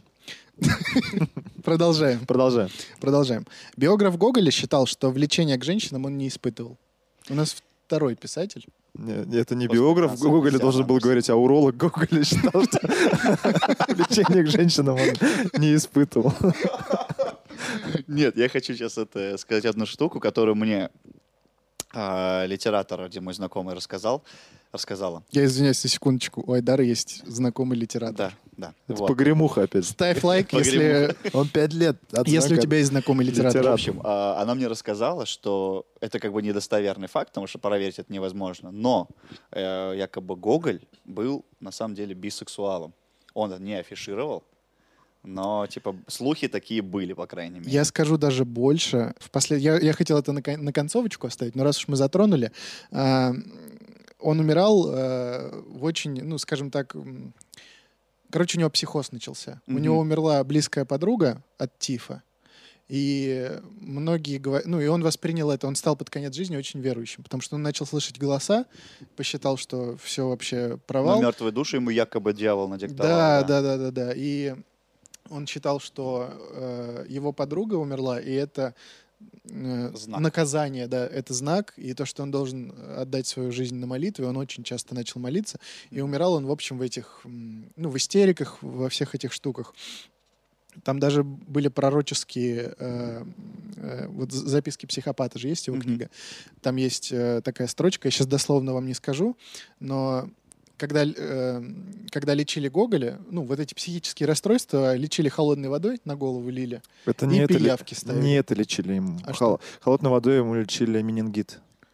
Продолжаем. Продолжаем. Продолжаем. Биограф Гоголя считал, что влечения к женщинам он не испытывал. У нас второй писатель. Не, это не После биограф конца Гоголя вся должен был она говорить, а уролог Гоголя считал, что влечение к женщинам он не испытывал. Нет, я хочу сейчас это сказать одну штуку, которую мне а, литератор, один мой знакомый, рассказал. Рассказала. Я извиняюсь на секундочку. У Айдара есть знакомый литератор. Да, да. Это Вот. погремуха опять. Ставь лайк, если, Он пять лет. от если у знака. тебя есть знакомый литератор. В общем, а, она мне рассказала, что это как бы недостоверный факт, потому что проверить это невозможно. Но э, якобы Гоголь был на самом деле бисексуалом. Он это не афишировал, но типа слухи такие были, по крайней мере. Я скажу даже больше. В послед... я, я хотел это на, кон- на концовочку оставить, но раз уж мы затронули, а, он умирал а, в очень, ну, скажем так, м, короче, у него психоз начался. У Мгм. него умерла близкая подруга от тифа. И многие говорят, ну и он воспринял это, он стал под конец жизни очень верующим, потому что он начал слышать голоса, посчитал, что все вообще Но провал. мертвые души ему якобы дьявол надиктовал. Да, да, да, да, да. И он считал, что э, его подруга умерла, и это э, Знак. наказание, да, это знак, и то, что он должен отдать свою жизнь на молитву, и он очень часто начал молиться, и умирал он, в общем, в этих, м, ну, в истериках, во всех этих штуках. Там даже были пророческие э, э, вот з- записки психопата же есть его Мгм. книга. Там есть э, такая строчка, я сейчас дословно вам не скажу, но когда, э, когда лечили Гоголя, ну, вот эти психические расстройства лечили холодной водой, на голову лили. Это И не это, ли- пиявки ставили. не это лечили ему. А Хол- Холодной водой ему лечили менингит.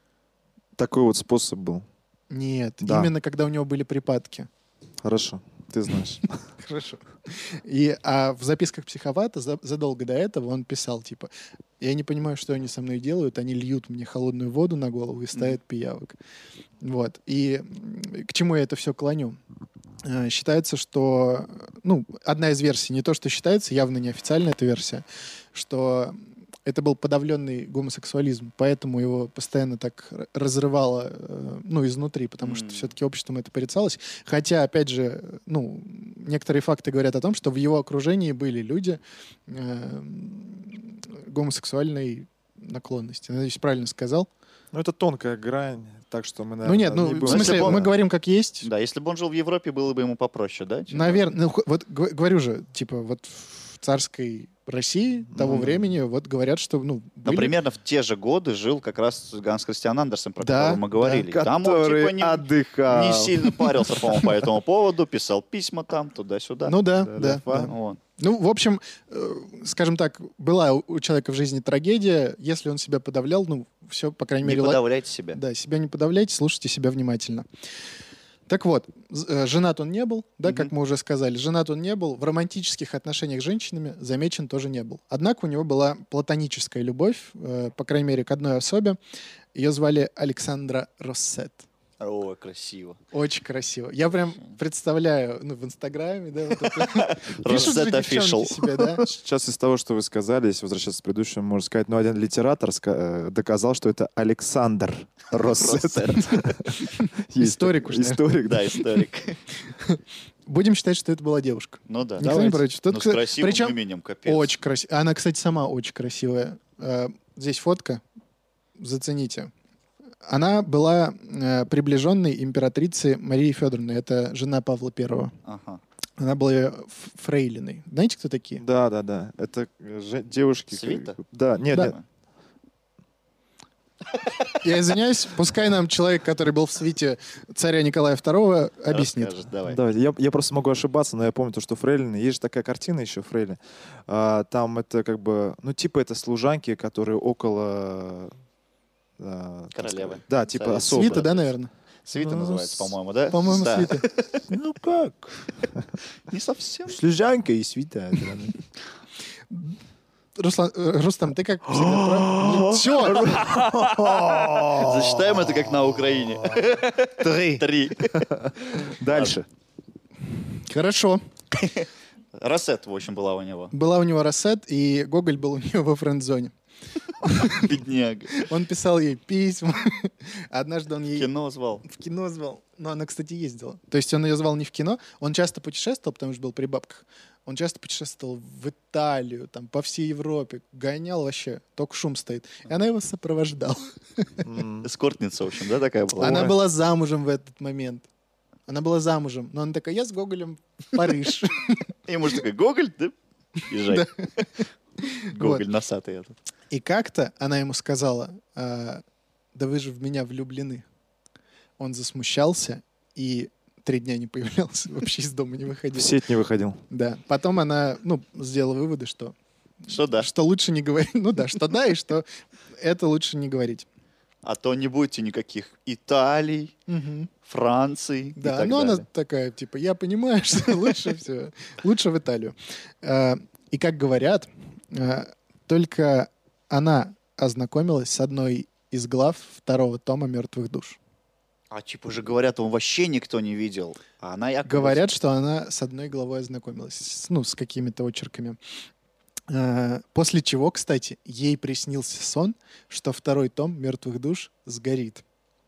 Такой вот способ был. Нет, Да. именно когда у него были припадки. Хорошо, ты знаешь. Хорошо. И, а в записках психопата за- задолго до этого он писал, типа, я не понимаю, что они со мной делают, они льют мне холодную воду на голову и ставят пиявок. Вот. И м, к чему я это все клоню? Э, Считается, что, ну, одна из версий, не то, что считается, явно неофициальная эта версия, что это был подавленный гомосексуализм, поэтому его постоянно так р- разрывало, э, ну, изнутри, потому что М. все-таки обществом это порицалось. Хотя, опять же, ну, некоторые факты говорят о том, что в его окружении были люди э, гомосексуальной наклонности. Надеюсь, правильно сказал. Ну, это тонкая грань, так что мы, наверное, Ну нет, ну не в будем- смысле, Если бы- мы говорим как есть. Да, если бы он жил в Европе, было бы ему попроще, да? чем- Наверное, ну, х- вот г- говорю же, типа вот в царской России того Мгм. времени вот говорят, что ну Но были- примерно в те же годы жил как раз Ганс Кристиан Андерсен, про Да, которого мы говорили. да, Там он который типа не, отдыхал. не сильно парился, по-моему, по этому поводу, писал письма там, туда-сюда. Ну да, Да, да. да, да. факт. Вот. Ну, в общем, э, скажем так, была у у человека в жизни трагедия. Если он себя подавлял, ну, все, по крайней Не мере, ла- подавляйте себя. Да, себя не подавляйте, слушайте себя внимательно. Так вот, з- э, женат он не был, да, как Мгм. мы уже сказали, женат он не был, в романтических отношениях с женщинами замечен тоже не был. Однако у него была платоническая любовь, э, по крайней мере, к одной особе. Ее звали Александра Россет. О, красиво. Очень красиво. Я прям представляю, ну, в Инстаграме, да, вот это. Пишут же Rosette девчонки Official. себе, да? Сейчас из того, что вы сказали, если возвращаться к предыдущему, можно сказать, ну, один литератор ска- э, доказал, что это Александр Россет. Есть Историк такой уж, наверное. Историк, да. Да, историк. Будем считать, что это была девушка. Ну да. Никто не против. Тут, Ну, с кстати, красивым причем именем, капец. очень красивая. Она, кстати, сама очень красивая. Э, Здесь фотка. Зацените. Она была э, приближенной императрицы Марии Федоровны. Это жена Павла Первого. Ага. Она была ее ф- фрейлиной. Знаете, кто такие? Да, да, да. Это э, же- девушки... Свита? Да, нет, Да. нет. Я извиняюсь, пускай нам человек, который был в свите царя Николая Второго, объяснит. Расскажешь, давай. Давайте. Я, я просто могу ошибаться, но я помню то, что Фрейлины. Есть же такая картина еще Фрейли. А, там это как бы, ну типа это служанки, которые около а, как Королевы. сказать, Да, типа Царицы. особо. Свита, да, наверное? Свита Ну, называется, с- по-моему, да? По-моему, Да. свита. Ну как? Не совсем. Служанка и свита. Руслан, э, Рустам, ты как всегда прав. Все, Зачитаем это как на Украине. Три. Три. Дальше. хорошо. Рассет, в общем, была у него. Была у него Рассет, и Гоголь был у нее во френд-зоне. Бедняга. Он писал ей письма. Однажды он ей Кино звал. в кино звал. Но она, кстати, ездила. То есть он ее звал не в кино. Он часто путешествовал, потому что был при бабках. Он часто путешествовал в Италию, там, по всей Европе. Гонял вообще. Только шум стоит. И она его сопровождала. Эскортница, в общем, да, такая была? Она была замужем в этот момент. Она была замужем. Но она такая, я с Гоголем в Париж. И муж такой, Гоголь, да? Езжай. Гоголь носатый этот. И как-то она ему сказала, «А, да вы же в меня влюблены. Он засмущался и три дня не появлялся, вообще из дома не выходил. В сеть не выходил. Да. Потом она, ну, сделала выводы, что, Что да? что лучше не говорить. Ну да, что да, и что это лучше не говорить. А то не будете никаких Италий, Мгм. Франции и Да, так но она далее. такая, типа, я понимаю, что лучше все, лучше в Италию. А, И как говорят, а, только она ознакомилась с одной из глав второго тома «Мертвых душ». А типа уже говорят, он вообще никто не видел. А она якобы... Говорят, что она с одной главой ознакомилась, с- ну, с какими-то очерками. А, После чего, кстати, ей приснился сон, что второй том «Мертвых душ» сгорит.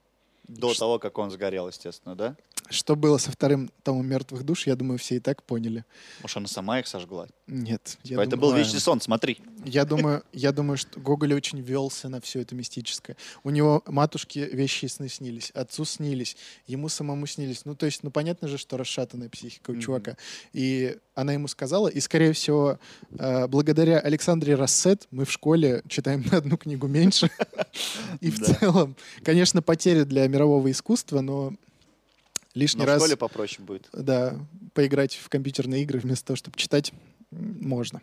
До того, как он сгорел, естественно, да? Что было со вторым томом «Мертвых душ», я думаю, все и так поняли. Может, она сама их сожгла? Нет. я Типа, это думаю- был вечный сон, смотри. Я думаю, я думаю, что Гоголь очень велся на все это мистическое. У него матушке вещи сны снились, отцу снились, ему самому снились. Ну, то есть, ну, понятно же, что расшатанная психика у Мгм. чувака. И она ему сказала, и, скорее всего, э, благодаря Александре Рассет мы в школе читаем на одну книгу меньше. И в Да. целом, конечно, потеря для мирового искусства, но лишний Но в раз, школе попроще будет. да, поиграть в компьютерные игры вместо того, чтобы читать, м, можно.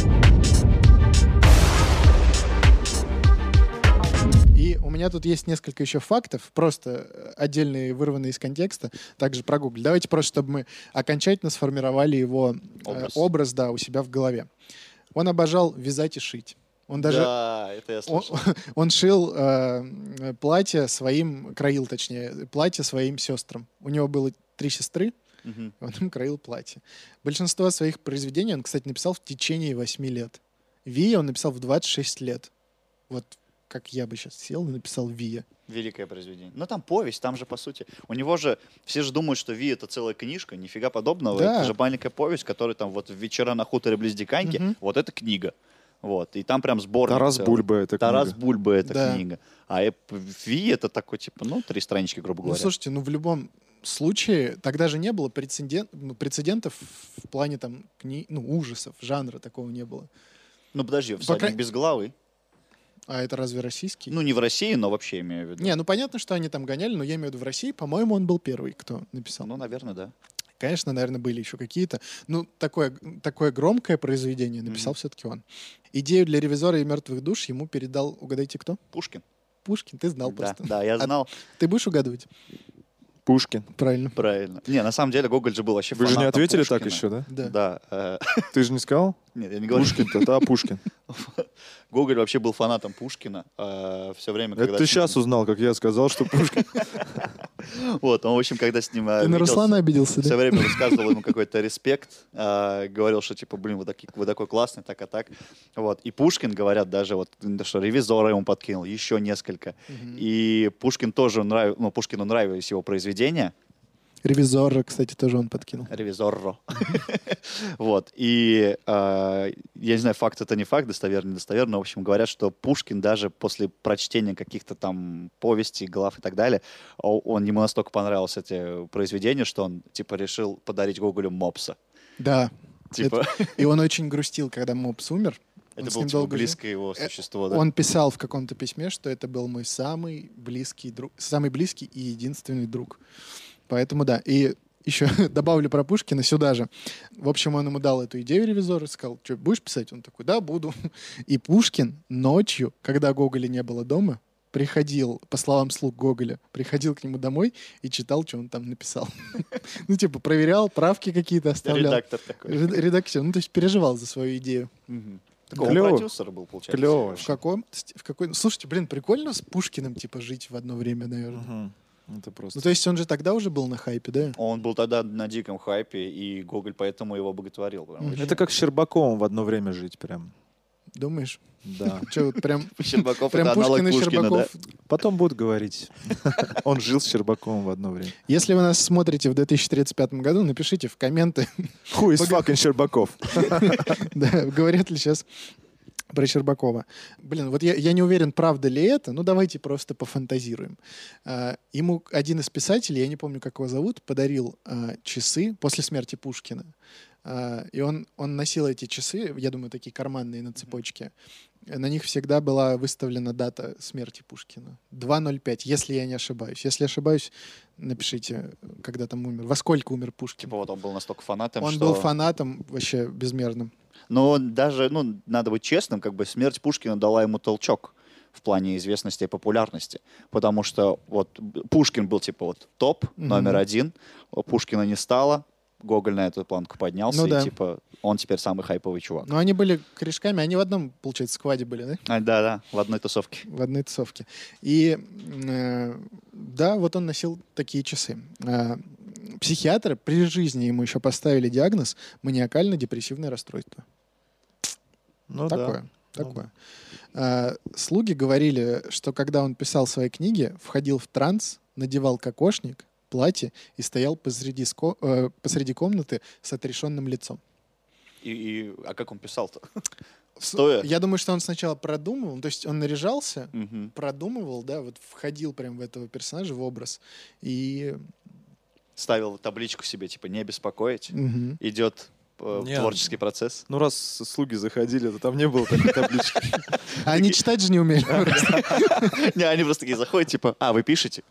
И у меня тут есть несколько еще фактов, просто э, отдельные, вырванные из контекста, также про Google. Давайте просто, чтобы мы окончательно сформировали его э, Образ. образ, да, у себя в голове. Он обожал вязать и шить. Он даже Да, это я он, слышал. он шил э, платье своим, краил точнее, платье своим сестрам. У него было три сестры, Мгм. он им краил платье. Большинство своих произведений он, кстати, написал в течение восьми лет. Вия он написал в двадцать шесть лет. Вот как я бы сейчас сел и написал Вия. Великое произведение. Ну, там повесть, там же, по сути. У него же, все же думают, что Ви — это целая книжка, нифига подобного. Да. Это же маленькая повесть, которая там вот «Вечера на хуторе близ Диканьки», Мгм. вот это книга. Вот. И там прям сборник. Тарас целый. Бульба эта Тарас книга. Бульба эта Да. книга. А Эп Ви это такой, типа, ну, три странички, грубо Ну, говоря. слушайте, ну в любом случае, тогда же не было прецедент, ну, прецедентов в плане там кни- ну, ужасов, жанра такого не было. Ну, подожди, «Всадник крайней- без головы». А это разве российский? Ну, не в России, но вообще имею в виду. Не, ну понятно, что они там гоняли, но я имею в виду в России, по-моему, он был первый, кто написал. Ну, наверное, да. Конечно, наверное, были еще какие-то. Ну, такое, такое громкое произведение написал все-таки он. Идею для «Ревизора» и «Мертвых душ» ему передал, угадайте, кто? Пушкин. Пушкин, ты знал Да, просто. да, я А знал. Ты будешь угадывать? Пушкин. Правильно. Правильно. Не, на самом деле Гоголь же был вообще Вы же не фанатом ответили так Пушкина. еще, да? Да. Да. э, Ты же не сказал? Нет, я не говорю. Пушкин-то, да, Пушкин. Гоголь вообще был фанатом Пушкина. Все время, когда... Это ты с ним- сейчас узнал, как я сказал, что Пушкин. Вот, он, в общем, когда с ним э, Ты на виделся, Руслана обиделся, все да? время высказывал ему какой-то респект, э, говорил, что, типа, блин, вы, таки- вы такой классный, так, а так. Вот. И Пушкин, говорят, даже вот, да, что «Ревизора» ему подкинул, еще несколько. И Пушкин тоже нрав... ну, Пушкину нравились его произведения. «Ревизора», кстати, тоже он подкинул. Ревизорро. Вот. И э, я не знаю, факт это не факт, достоверный, недостоверный, но, в общем, говорят, что Пушкин даже после прочтения каких-то там повестей, глав и так далее, о- он ему настолько понравилось эти произведения, что он, типа, решил подарить Гоголю мопса. Да. Типа, Это- И он очень грустил, когда Мопс умер. Он это с было, ним типа, долго жил. близкое его Э, существо, да? Он писал в каком-то письме, что это был мой самый близкий друг, самый близкий и единственный друг. Поэтому да. И еще добавлю про Пушкина сюда же. В общем, он ему дал эту идею «Ревизора», сказал, что, будешь писать? Он такой, да, буду. И Пушкин ночью, когда Гоголя не было дома, приходил, по словам слуг Гоголя, приходил к нему домой и читал, что он там написал. Ну, типа, проверял, правки какие-то оставлял. Редактор такой. Ре- Редактор. Ну, то есть переживал за свою идею. Мгм. Так он Клёво. продюсер был, получается. Клево. В каком? В какой? Слушайте, блин, прикольно с Пушкиным, типа, жить в одно время, наверное. Мгм. Это просто... Ну, то есть он же тогда уже был на хайпе, да? Он был тогда на диком хайпе, и Гоголь поэтому его боготворил. прям Мгм. очень. Это как с Щербаковым в одно время жить прям. Думаешь? Да. Че, вот прям, Щербаков прям это аналог Пушкин и Пушкина, да? Щербаков. Потом будут говорить. Он жил с Щербаковым в одно время. Если вы нас смотрите в две тысячи тридцать пятом году, напишите в комменты, Who is Пога- fucking Щербаков? да, говорят ли сейчас про Щербакова. Блин, вот я, я не уверен, правда ли это, ну давайте просто пофантазируем. А, ему один из писателей, я не помню, как его зовут, подарил а, часы после смерти Пушкина. А, и он, он носил эти часы, я думаю, такие карманные на цепочке. На них всегда была выставлена дата смерти Пушкина. два ноль пять, если я не ошибаюсь. Если ошибаюсь, напишите, когда там умер. Во сколько умер Пушкин? Типа вот он был настолько фанатом, Он что... был фанатом вообще безмерным. Но даже, ну, надо быть честным, как бы смерть Пушкина дала ему толчок в плане известности и популярности. Потому что вот Пушкин был типа вот топ, Мгм. номер один, а Пушкина не стало, Гоголь на эту планку поднялся, Ну и да. типа он теперь самый хайповый чувак. Но они были корешками, они в одном, получается, скваде были, да? А, да-да, в одной тусовке. В одной тусовке. И э, да, вот он носил такие часы. Э, психиатры при жизни ему еще поставили диагноз маниакально-депрессивное расстройство. Ну такое. да. такое. Э, слуги говорили, что когда он писал свои книги, входил в транс, надевал кокошник, платье и стоял посреди, ско- э, посреди комнаты с отрешенным лицом. И, и- а как он писал-то? С- Стоя? Я думаю, что он сначала продумывал, то есть он наряжался, Мгм. продумывал, да, вот входил прям в этого персонажа, в образ. И Ставил табличку себе, типа, не беспокоить. мгм. Идет э, Не, творческий процесс. Ну, раз слуги заходили, то там не было такой таблички. А они читать же не умели. просто. Не, они просто такие заходят, типа, а, вы пишете?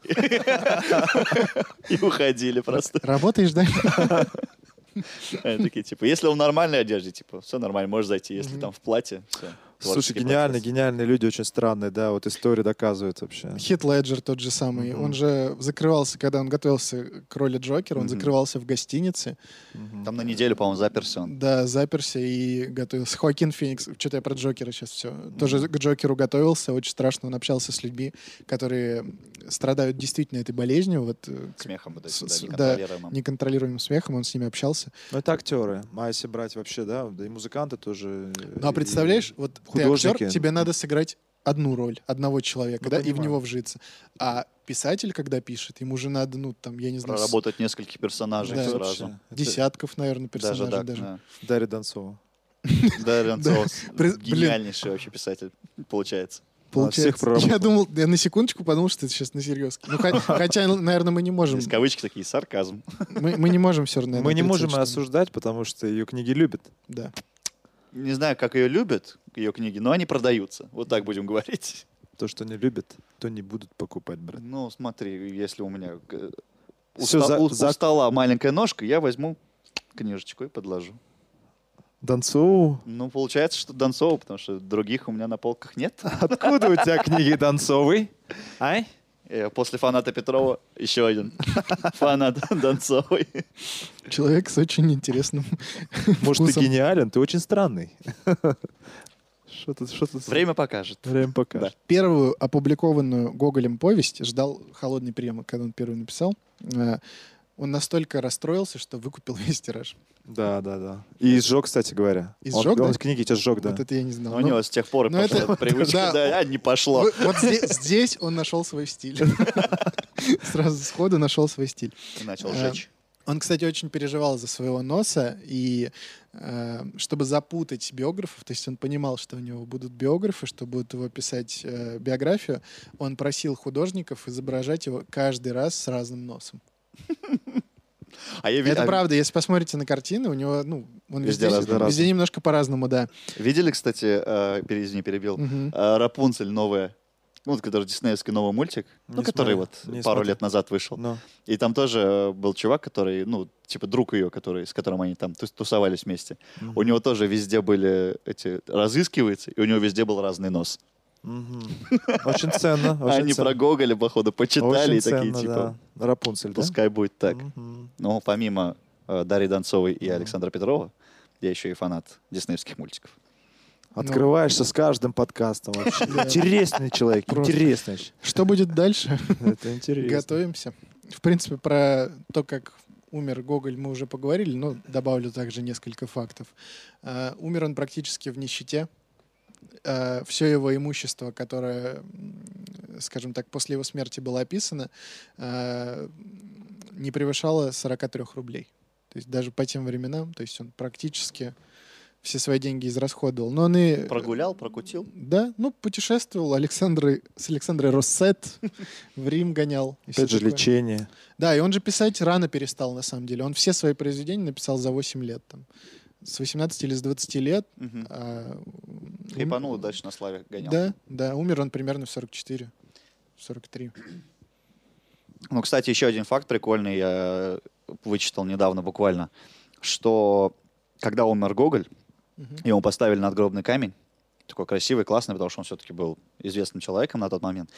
И уходили просто. Работаешь, да? Они такие, типа, если он в нормальной одежде, типа, все нормально, можешь зайти. Если Мгм. там в платье, все. Слушай, гениальные, гениальные люди, очень странные, да, вот история доказывает вообще. Хит Леджер тот же самый. Мгм. Он же закрывался, когда он готовился к роли Джокера, он Мгм. закрывался в гостинице. Мгм. Там на неделю, по-моему, заперся он. Да, заперся и готовился. Хоакин Феникс, что-то я про Джокера сейчас все. Тоже к Джокеру готовился, очень страшно. Он общался с людьми, которые страдают действительно этой болезнью, вот э, Смехом вот с- этим, с- да, да, неконтролируемым. неконтролируемым смехом, он с ними общался. Ну, это актеры. А если брать вообще, да, да и музыканты тоже. Ну а и- представляешь, вот ты художники. актер, тебе надо сыграть одну роль, одного человека, Ну, да, и в понимаю. него вжиться. А писатель, когда пишет, ему же надо, ну, там, я не знаю, с- Проработать нескольких персонажей Да. сразу. Вообще. Это десятков, наверное, Даже персонажей так, даже. да. Дарья Донцова. Дарья Донцова. При- блин. Гениальнейший вообще писатель, получается. Получается. всех проработал. Я думал, я на секундочку подумал, что это сейчас на серьезке. Ну, хо- хотя, наверное, мы не можем. Здесь кавычки такие, сарказм. Мы, мы не можем все равно. Мы не можем отрицать, что- осуждать, потому что ее книги любят. Да. Не знаю, как ее любят, ее книги, но они продаются. Вот так будем говорить. То, что не любят, то не будут покупать, брат. Ну, смотри, если у меня э, у, Всё, ста- за- у- за- у стола маленькая ножка, я возьму книжечку и подложу. Донцову? Ну, получается, что Донцова, потому что других у меня на полках нет. Откуда у тебя книги Донцовой? Ай? Э, После фаната Петрова еще один фанат Донцовой. Человек с очень интересным Может, ты вкусом. гениален? Ты очень странный. Что тут, что тут? Время покажет. Время покажет. Первую опубликованную Гоголем повесть ждал холодный прием, когда он первую написал. Э, Он настолько расстроился, что выкупил весь тираж. Да, да, да. И сжег, кстати говоря. И Он- сжег, Он да? книги тебе сжег, да. Вот это я не знал. Но у Ну, него с тех пор ну, пошла это- привычка, да. да, а, не пошло. вот вот здесь, здесь он нашел свой стиль. Сразу сходу нашел свой стиль. И начал Э, жечь. Он, кстати, очень переживал за своего носа, и э, чтобы запутать биографов, то есть он понимал, что у него будут биографы, что будут его писать э, биографию, он просил художников изображать его каждый раз с разным носом. А я ви- Это а правда, если посмотрите на картины, у него, ну, он Везде везде, разный, везде разный. немножко по-разному, да. Видели, кстати, э, пере- извини, перебил, Мгм. э, Рапунцель новая, ну, вот, который диснеевский новый мультик, ну, Не который смотрел, вот не пару смотрел. лет назад вышел. Ну, И там тоже э, был чувак, который, ну, типа друг ее, который, с которым они там тус- тусовались вместе. мгм. У него тоже везде были эти, разыскивается, и у него везде был разный нос. Мгм. Очень ценно. очень Они ценно. про Гоголя, походу, почитали Очень и такие, ценно, типа, да. Рапунцель, да? пускай будет так. Мгм. Но помимо э, Дарьи Донцовой и Александра Петрова, я еще и фанат диснеевских мультиков. Открываешься с каждым подкастом вообще. Интересный человек, Просто. интересный. Что будет дальше? Это интересно. Готовимся. В принципе, про то, как умер Гоголь, мы уже поговорили, но добавлю также несколько фактов. Э, Умер он практически в нищете. Все его имущество, которое, м, скажем так, после его смерти было описано, э, не превышало сорок три рублей. То есть даже по тем временам, то есть он практически все свои деньги израсходовал. Но он и... Прогулял, прокутил. Да, ну, путешествовал Александрой, с Александрой Россет, в Рим гонял. и всё Опять же, такое. лечение. Да, и он же писать рано перестал, на самом деле. Он все свои произведения написал за восемь лет. Там. С восемнадцати или с двадцати лет. Мгм. а, Хайпанул ум- и дальше на славе гонял. Да, да, умер он примерно в сорок четыре сорок три. Ну, кстати, еще один факт прикольный, я вычитал недавно буквально, что когда умер Гоголь, Мгм. ему поставили надгробный камень, такой красивый, классный, потому что он все-таки был известным человеком на тот момент.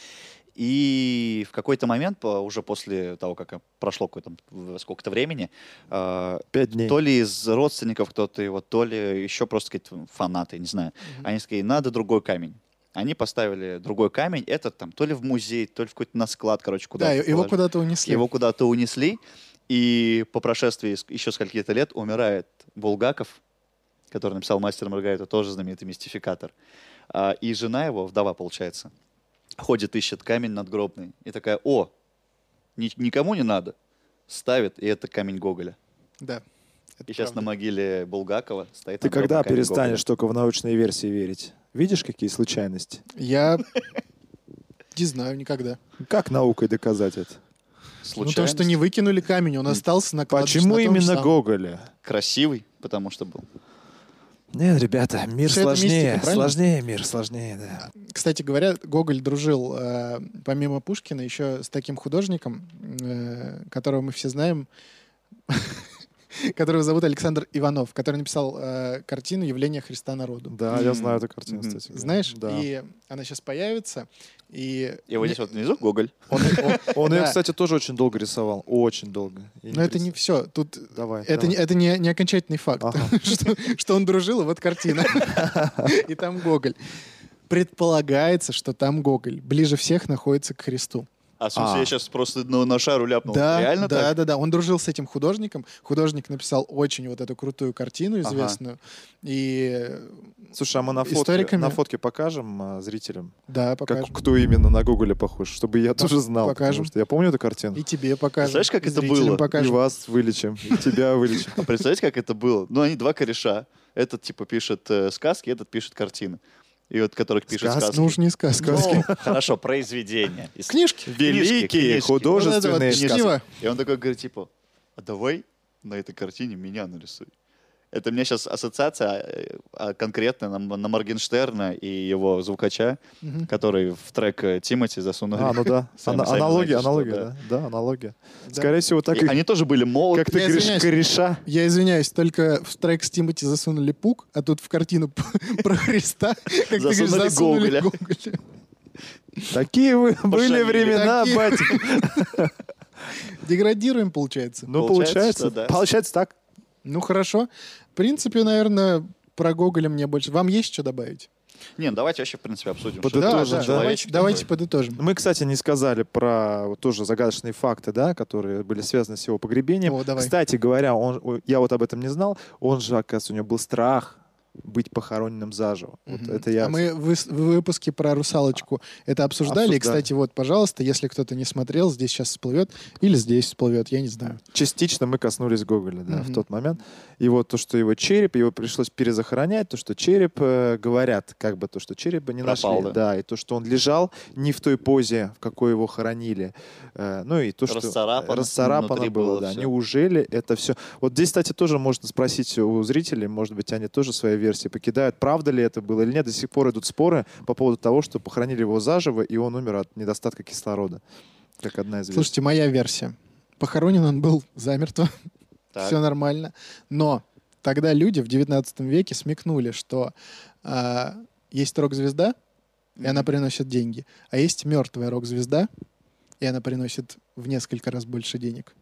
И в какой-то момент, по- уже после того, как прошло какое-то в- сколько-то времени, э, Пять дней. то ли из родственников кто-то его, то ли еще просто какие-то фанаты, не знаю, Мгм. они сказали, надо другой камень. Они поставили другой камень, этот там то ли в музей, то ли в какой-то на склад, короче, куда Да, его куда-то унесли. его куда-то унесли, и по прошествии с- еще скольки-то лет умирает Булгаков, который написал «Мастер и Маргариту», тоже знаменитый мистификатор. А, и жена его, вдова, получается, ходит, ищет камень надгробный. И такая, о, ни- никому не надо. Ставит, и это камень Гоголя. Да. это И сейчас на правда. могиле Булгакова стоит Ты надгробный когда камень перестанешь только в научные версии верить? Видишь, какие случайности? Я не знаю никогда. Как наукой доказать это? Гоголя. Ну, то, Случайность. что не выкинули камень, он остался на кладбище. Почему на том же именно самом. Гоголя? Красивый, потому что был. Нет, ребята, мир Всё это сложнее. мистика, правильно? Сложнее мир, сложнее, да. Кстати говоря, Гоголь дружил, э, помимо Пушкина, еще с таким художником, э, которого мы все знаем, которого зовут Александр Иванов, который написал э, картину «Явление Христа народу». Да, М. я знаю эту картину, Мгм. кстати. говоря. Знаешь? Да. И она сейчас появится. И И вот здесь вот внизу Гоголь. Он, он- он ее, Да. кстати, тоже очень долго рисовал. Очень долго. И Но это не перестал. все. Тут Давай, это, давай. не, это не, не окончательный факт, Ага. что, что он дружил, и вот картина. И там Гоголь. Предполагается, что там Гоголь ближе всех находится к Христу. А в смысле, А. я сейчас просто на, на шару ляпнул. Да, Реально да, так? да, да. Он дружил с этим художником. Художник написал очень вот эту крутую картину Ага. известную. И Слушай, а мы на фотке, историками- на фотке покажем а, зрителям, да, как, покажем. кто именно на Гоголя похож, чтобы я тоже знал. покажем. Потому что я помню эту картину. И тебе покажем. Представляешь, как и это зрителям было? И покажем. вас вылечим, и тебя вылечим. А представляете, как это было? Ну, они два кореша. Этот, типа, пишет э, сказки, этот пишет картины. И вот, которых пишет Сказки? сказки. Ну уж не сказка. Ну, хорошо, произведения. Из- Книжки. Великие книжки. художественные Вот это вот сказки. чтиво. И он такой говорит, типа, а давай на этой картине меня нарисуй. Это у меня сейчас ассоциация э, а, конкретно на, на Моргенштерна и его звукача, который в трек э, Тимати засунули. А, ну да. Сами- Ана- сами аналогия, знаете, что, аналогия, да. да. Да, аналогия. Скорее всего, так И и... они тоже были молоды. Как ты Я говоришь, извиняюсь. кореша. Я извиняюсь, только в трек с Тимати засунули пук, а тут в картину про Христа, как ты говоришь, Засунули засунули Гоголя. Гоголя. Такие вы были Пошалили. времена, Такие. батя. Деградируем, получается. Ну, Получается, получается, что да. получается так. Ну, хорошо. В принципе, наверное, про Гоголя мне больше... Вам есть что добавить? Не, ну давайте вообще, в принципе, обсудим. Под- что это Да, за да, человечек давайте, такой. давайте подытожим. Мы, кстати, не сказали про вот тоже загадочные факты, да, которые были связаны с его погребением. О, давай. Кстати говоря, он, о, я вот об этом не знал. Он же, оказывается, у него был страх быть похороненным заживо. Вот Мгм. это я... А мы в, в выпуске про русалочку это обсуждали. И, Обсуждали. кстати, вот, пожалуйста, если кто-то не смотрел, здесь сейчас всплывет. Или здесь всплывет, я не знаю. Частично мы коснулись Гоголя, да, в Мгм. тот момент. И вот то, что его череп, его пришлось перезахоронять, то, что череп, э, говорят, как бы то, что черепа не Пропал, нашли. да? И то, что он лежал не в той позе, в какой его хоронили. Э, ну и то, что Расцарапано расцарапано внутри было, было да. всё. Неужели это все... Вот здесь, кстати, тоже можно спросить у зрителей, может быть, они тоже свои версии покидают, правда ли это было или нет. До сих пор идут споры по поводу того, что похоронили его заживо, и он умер от недостатка кислорода. Как одна из версий. Слушайте, моя версия. Похоронен он был замертво. Так. Все нормально. Но тогда люди в девятнадцатом веке смекнули, что а, есть рок-звезда, и она приносит деньги, а есть мертвая рок-звезда, и она приносит в несколько раз больше денег.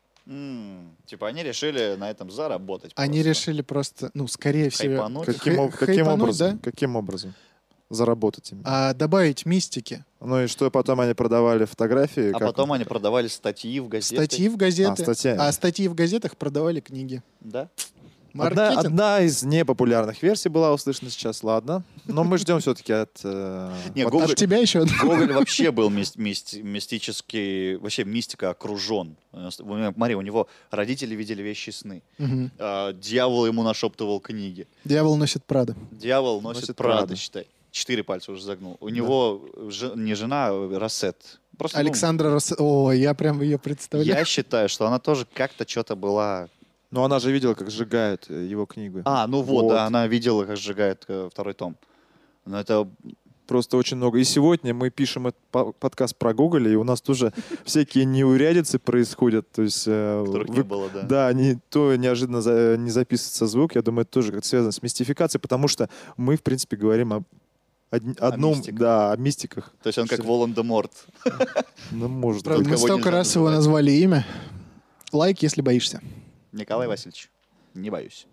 М, Типа они решили на этом заработать. Они просто. решили просто, ну, скорее всего, Хайпануть. Каким, Хай- об- каким хайпануть, образом? да? Каким образом? Заработать именно. а, добавить мистики. Ну и что потом они продавали фотографии? А как потом он- они продавали статьи в газеты. Статьи в газеты. А, статья. А статьи в газетах продавали книги. Да? Одна, Маркетинг. одна из непопулярных версий была услышана сейчас, ладно. Но мы ждем все-таки от... э, Не, вот Гоголь- От тебя еще одна. Гоголь вообще был мис- мис- мистический, вообще мистика окружен. Смотри, у него родители видели вещи сны. Мгм. А, Дьявол ему нашептывал книги. Дьявол носит Прада. Дьявол носит, Носит Прада, Прада. считай. Четыре пальца уже загнул. У него же- не жена, а Рассет. Просто, ну, Александра Рос... О, я прям ее представляю. я считаю, что она тоже как-то что-то была... Ну она же видела, как сжигают э, его книгу. А, ну вот, Вот. да, она видела, как сжигает э, второй том. Но это... Просто очень много. И сегодня мы пишем этот по- подкаст про Гоголя, и у нас тоже всякие неурядицы происходят. То есть... э, Которых вы- не было, да. Да, не, то неожиданно за- не записывается звук. Я думаю, это тоже как-то связано с мистификацией, потому что мы, в принципе, говорим об од- одном, мистиках. да, о мистиках. То есть он как Что- Волан-де-Морт. Ну, может Правда, быть. мы кого столько нельзя раз его называть. назвали имя. Лайк, если боишься. Николай Васильевич, не боюсь.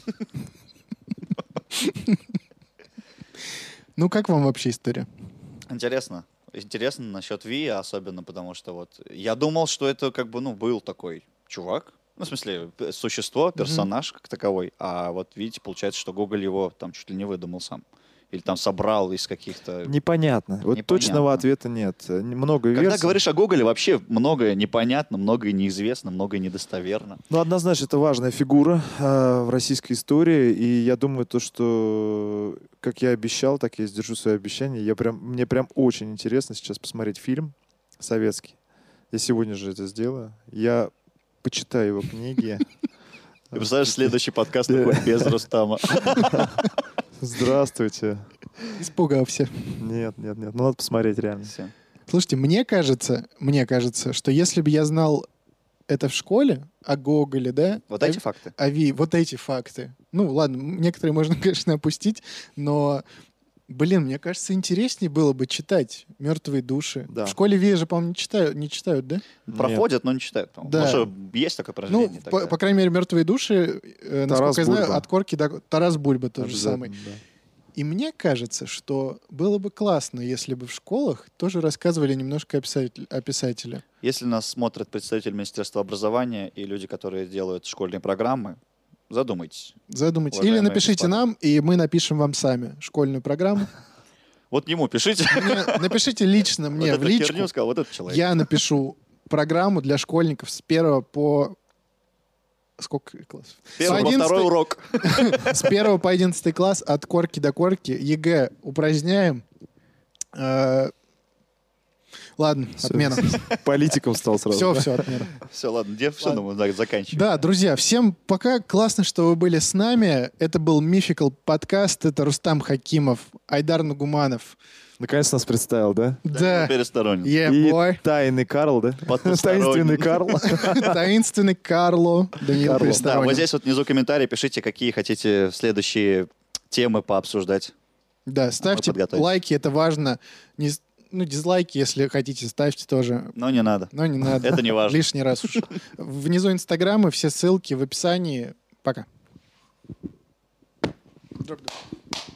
Ну, как вам вообще история? Интересно. Интересно насчет Ви, особенно потому что вот я думал, что это как бы, ну, был такой чувак, ну, в смысле, п- существо, персонаж как таковой, а вот видите, получается, что Гоголь его там чуть ли не выдумал сам. Или там собрал из каких-то... Непонятно. Вот Непонятно. точного ответа нет. Э, Много Когда версий. говоришь о Гоголе, вообще многое непонятно, многое неизвестно, многое недостоверно. Ну, однозначно, это важная фигура э, в российской истории, и я думаю, то, что, как я обещал, так я сдержу свое обещание. Я прям, мне прям очень интересно сейчас посмотреть фильм советский. Я сегодня же это сделаю. Я почитаю его книги. Ты представляешь, следующий подкаст такой без Рустама. Здравствуйте. Испугался. Нет, нет, нет. Ну, надо посмотреть реально. Всё. Слушайте, мне кажется, мне кажется, что если бы я знал это в школе, о Гоголе, да? Вот о- эти факты. о Ви, вот эти факты. Ну, ладно, м, некоторые можно, конечно, опустить, но, блин, мне кажется, интереснее было бы читать «Мертвые души». Да. В школе Ви же, по-моему, не читают, не читают, да? Проходят, но не читают. по-моему. Да. Может, есть такое Ну, произведение? по, тогда? по крайней мере, «Мертвые души», э, насколько Тарас я знаю, Бульба. от корки до... Тарас Бульба тот же самый. Обязательно, да. И мне кажется, что было бы классно, если бы в школах тоже рассказывали немножко о, писатель- о писателе. Если нас смотрят представители Министерства образования и люди, которые делают школьные программы, задумайтесь. Задумайтесь. Или Уважаемые напишите господа. нам, и мы напишем вам сами школьную программу. Вот ему пишите. Мне- напишите лично Вот мне в эту личку. херню сказал вот этот человек. Я напишу программу для школьников с первого по Сколько классов? Первый, С во второй одиннадцатого урок. С первого по одиннадцатый класс от корки до корки. ЕГЭ упраздняем. Э, Ладно, отмена. Политиком стал сразу. Все, да? все, отмена. Все, ладно, где все, думаю, так, заканчиваем. Да, друзья, всем пока. Классно, что вы были с нами. Это был Мификал подкаст. Это Рустам Хакимов, Айдар Нугуманов. Наконец нас представил, да? Да. Пересторонний. Yeah, И boy. тайный Карл, да? Потусторонний. Таинственный Карл. Таинственный Карло. Даниил Карло. Да, Пересторонний. вот здесь вот внизу комментарии пишите, какие хотите следующие темы пообсуждать. Да, ставьте подготовимся. лайки, это важно. Не, с- ну, дизлайки, если хотите, ставьте тоже. Но не надо. Но не надо. Это не важно. Лишний раз уж. Внизу Инстаграмы, все ссылки в описании. Пока. Друг другу.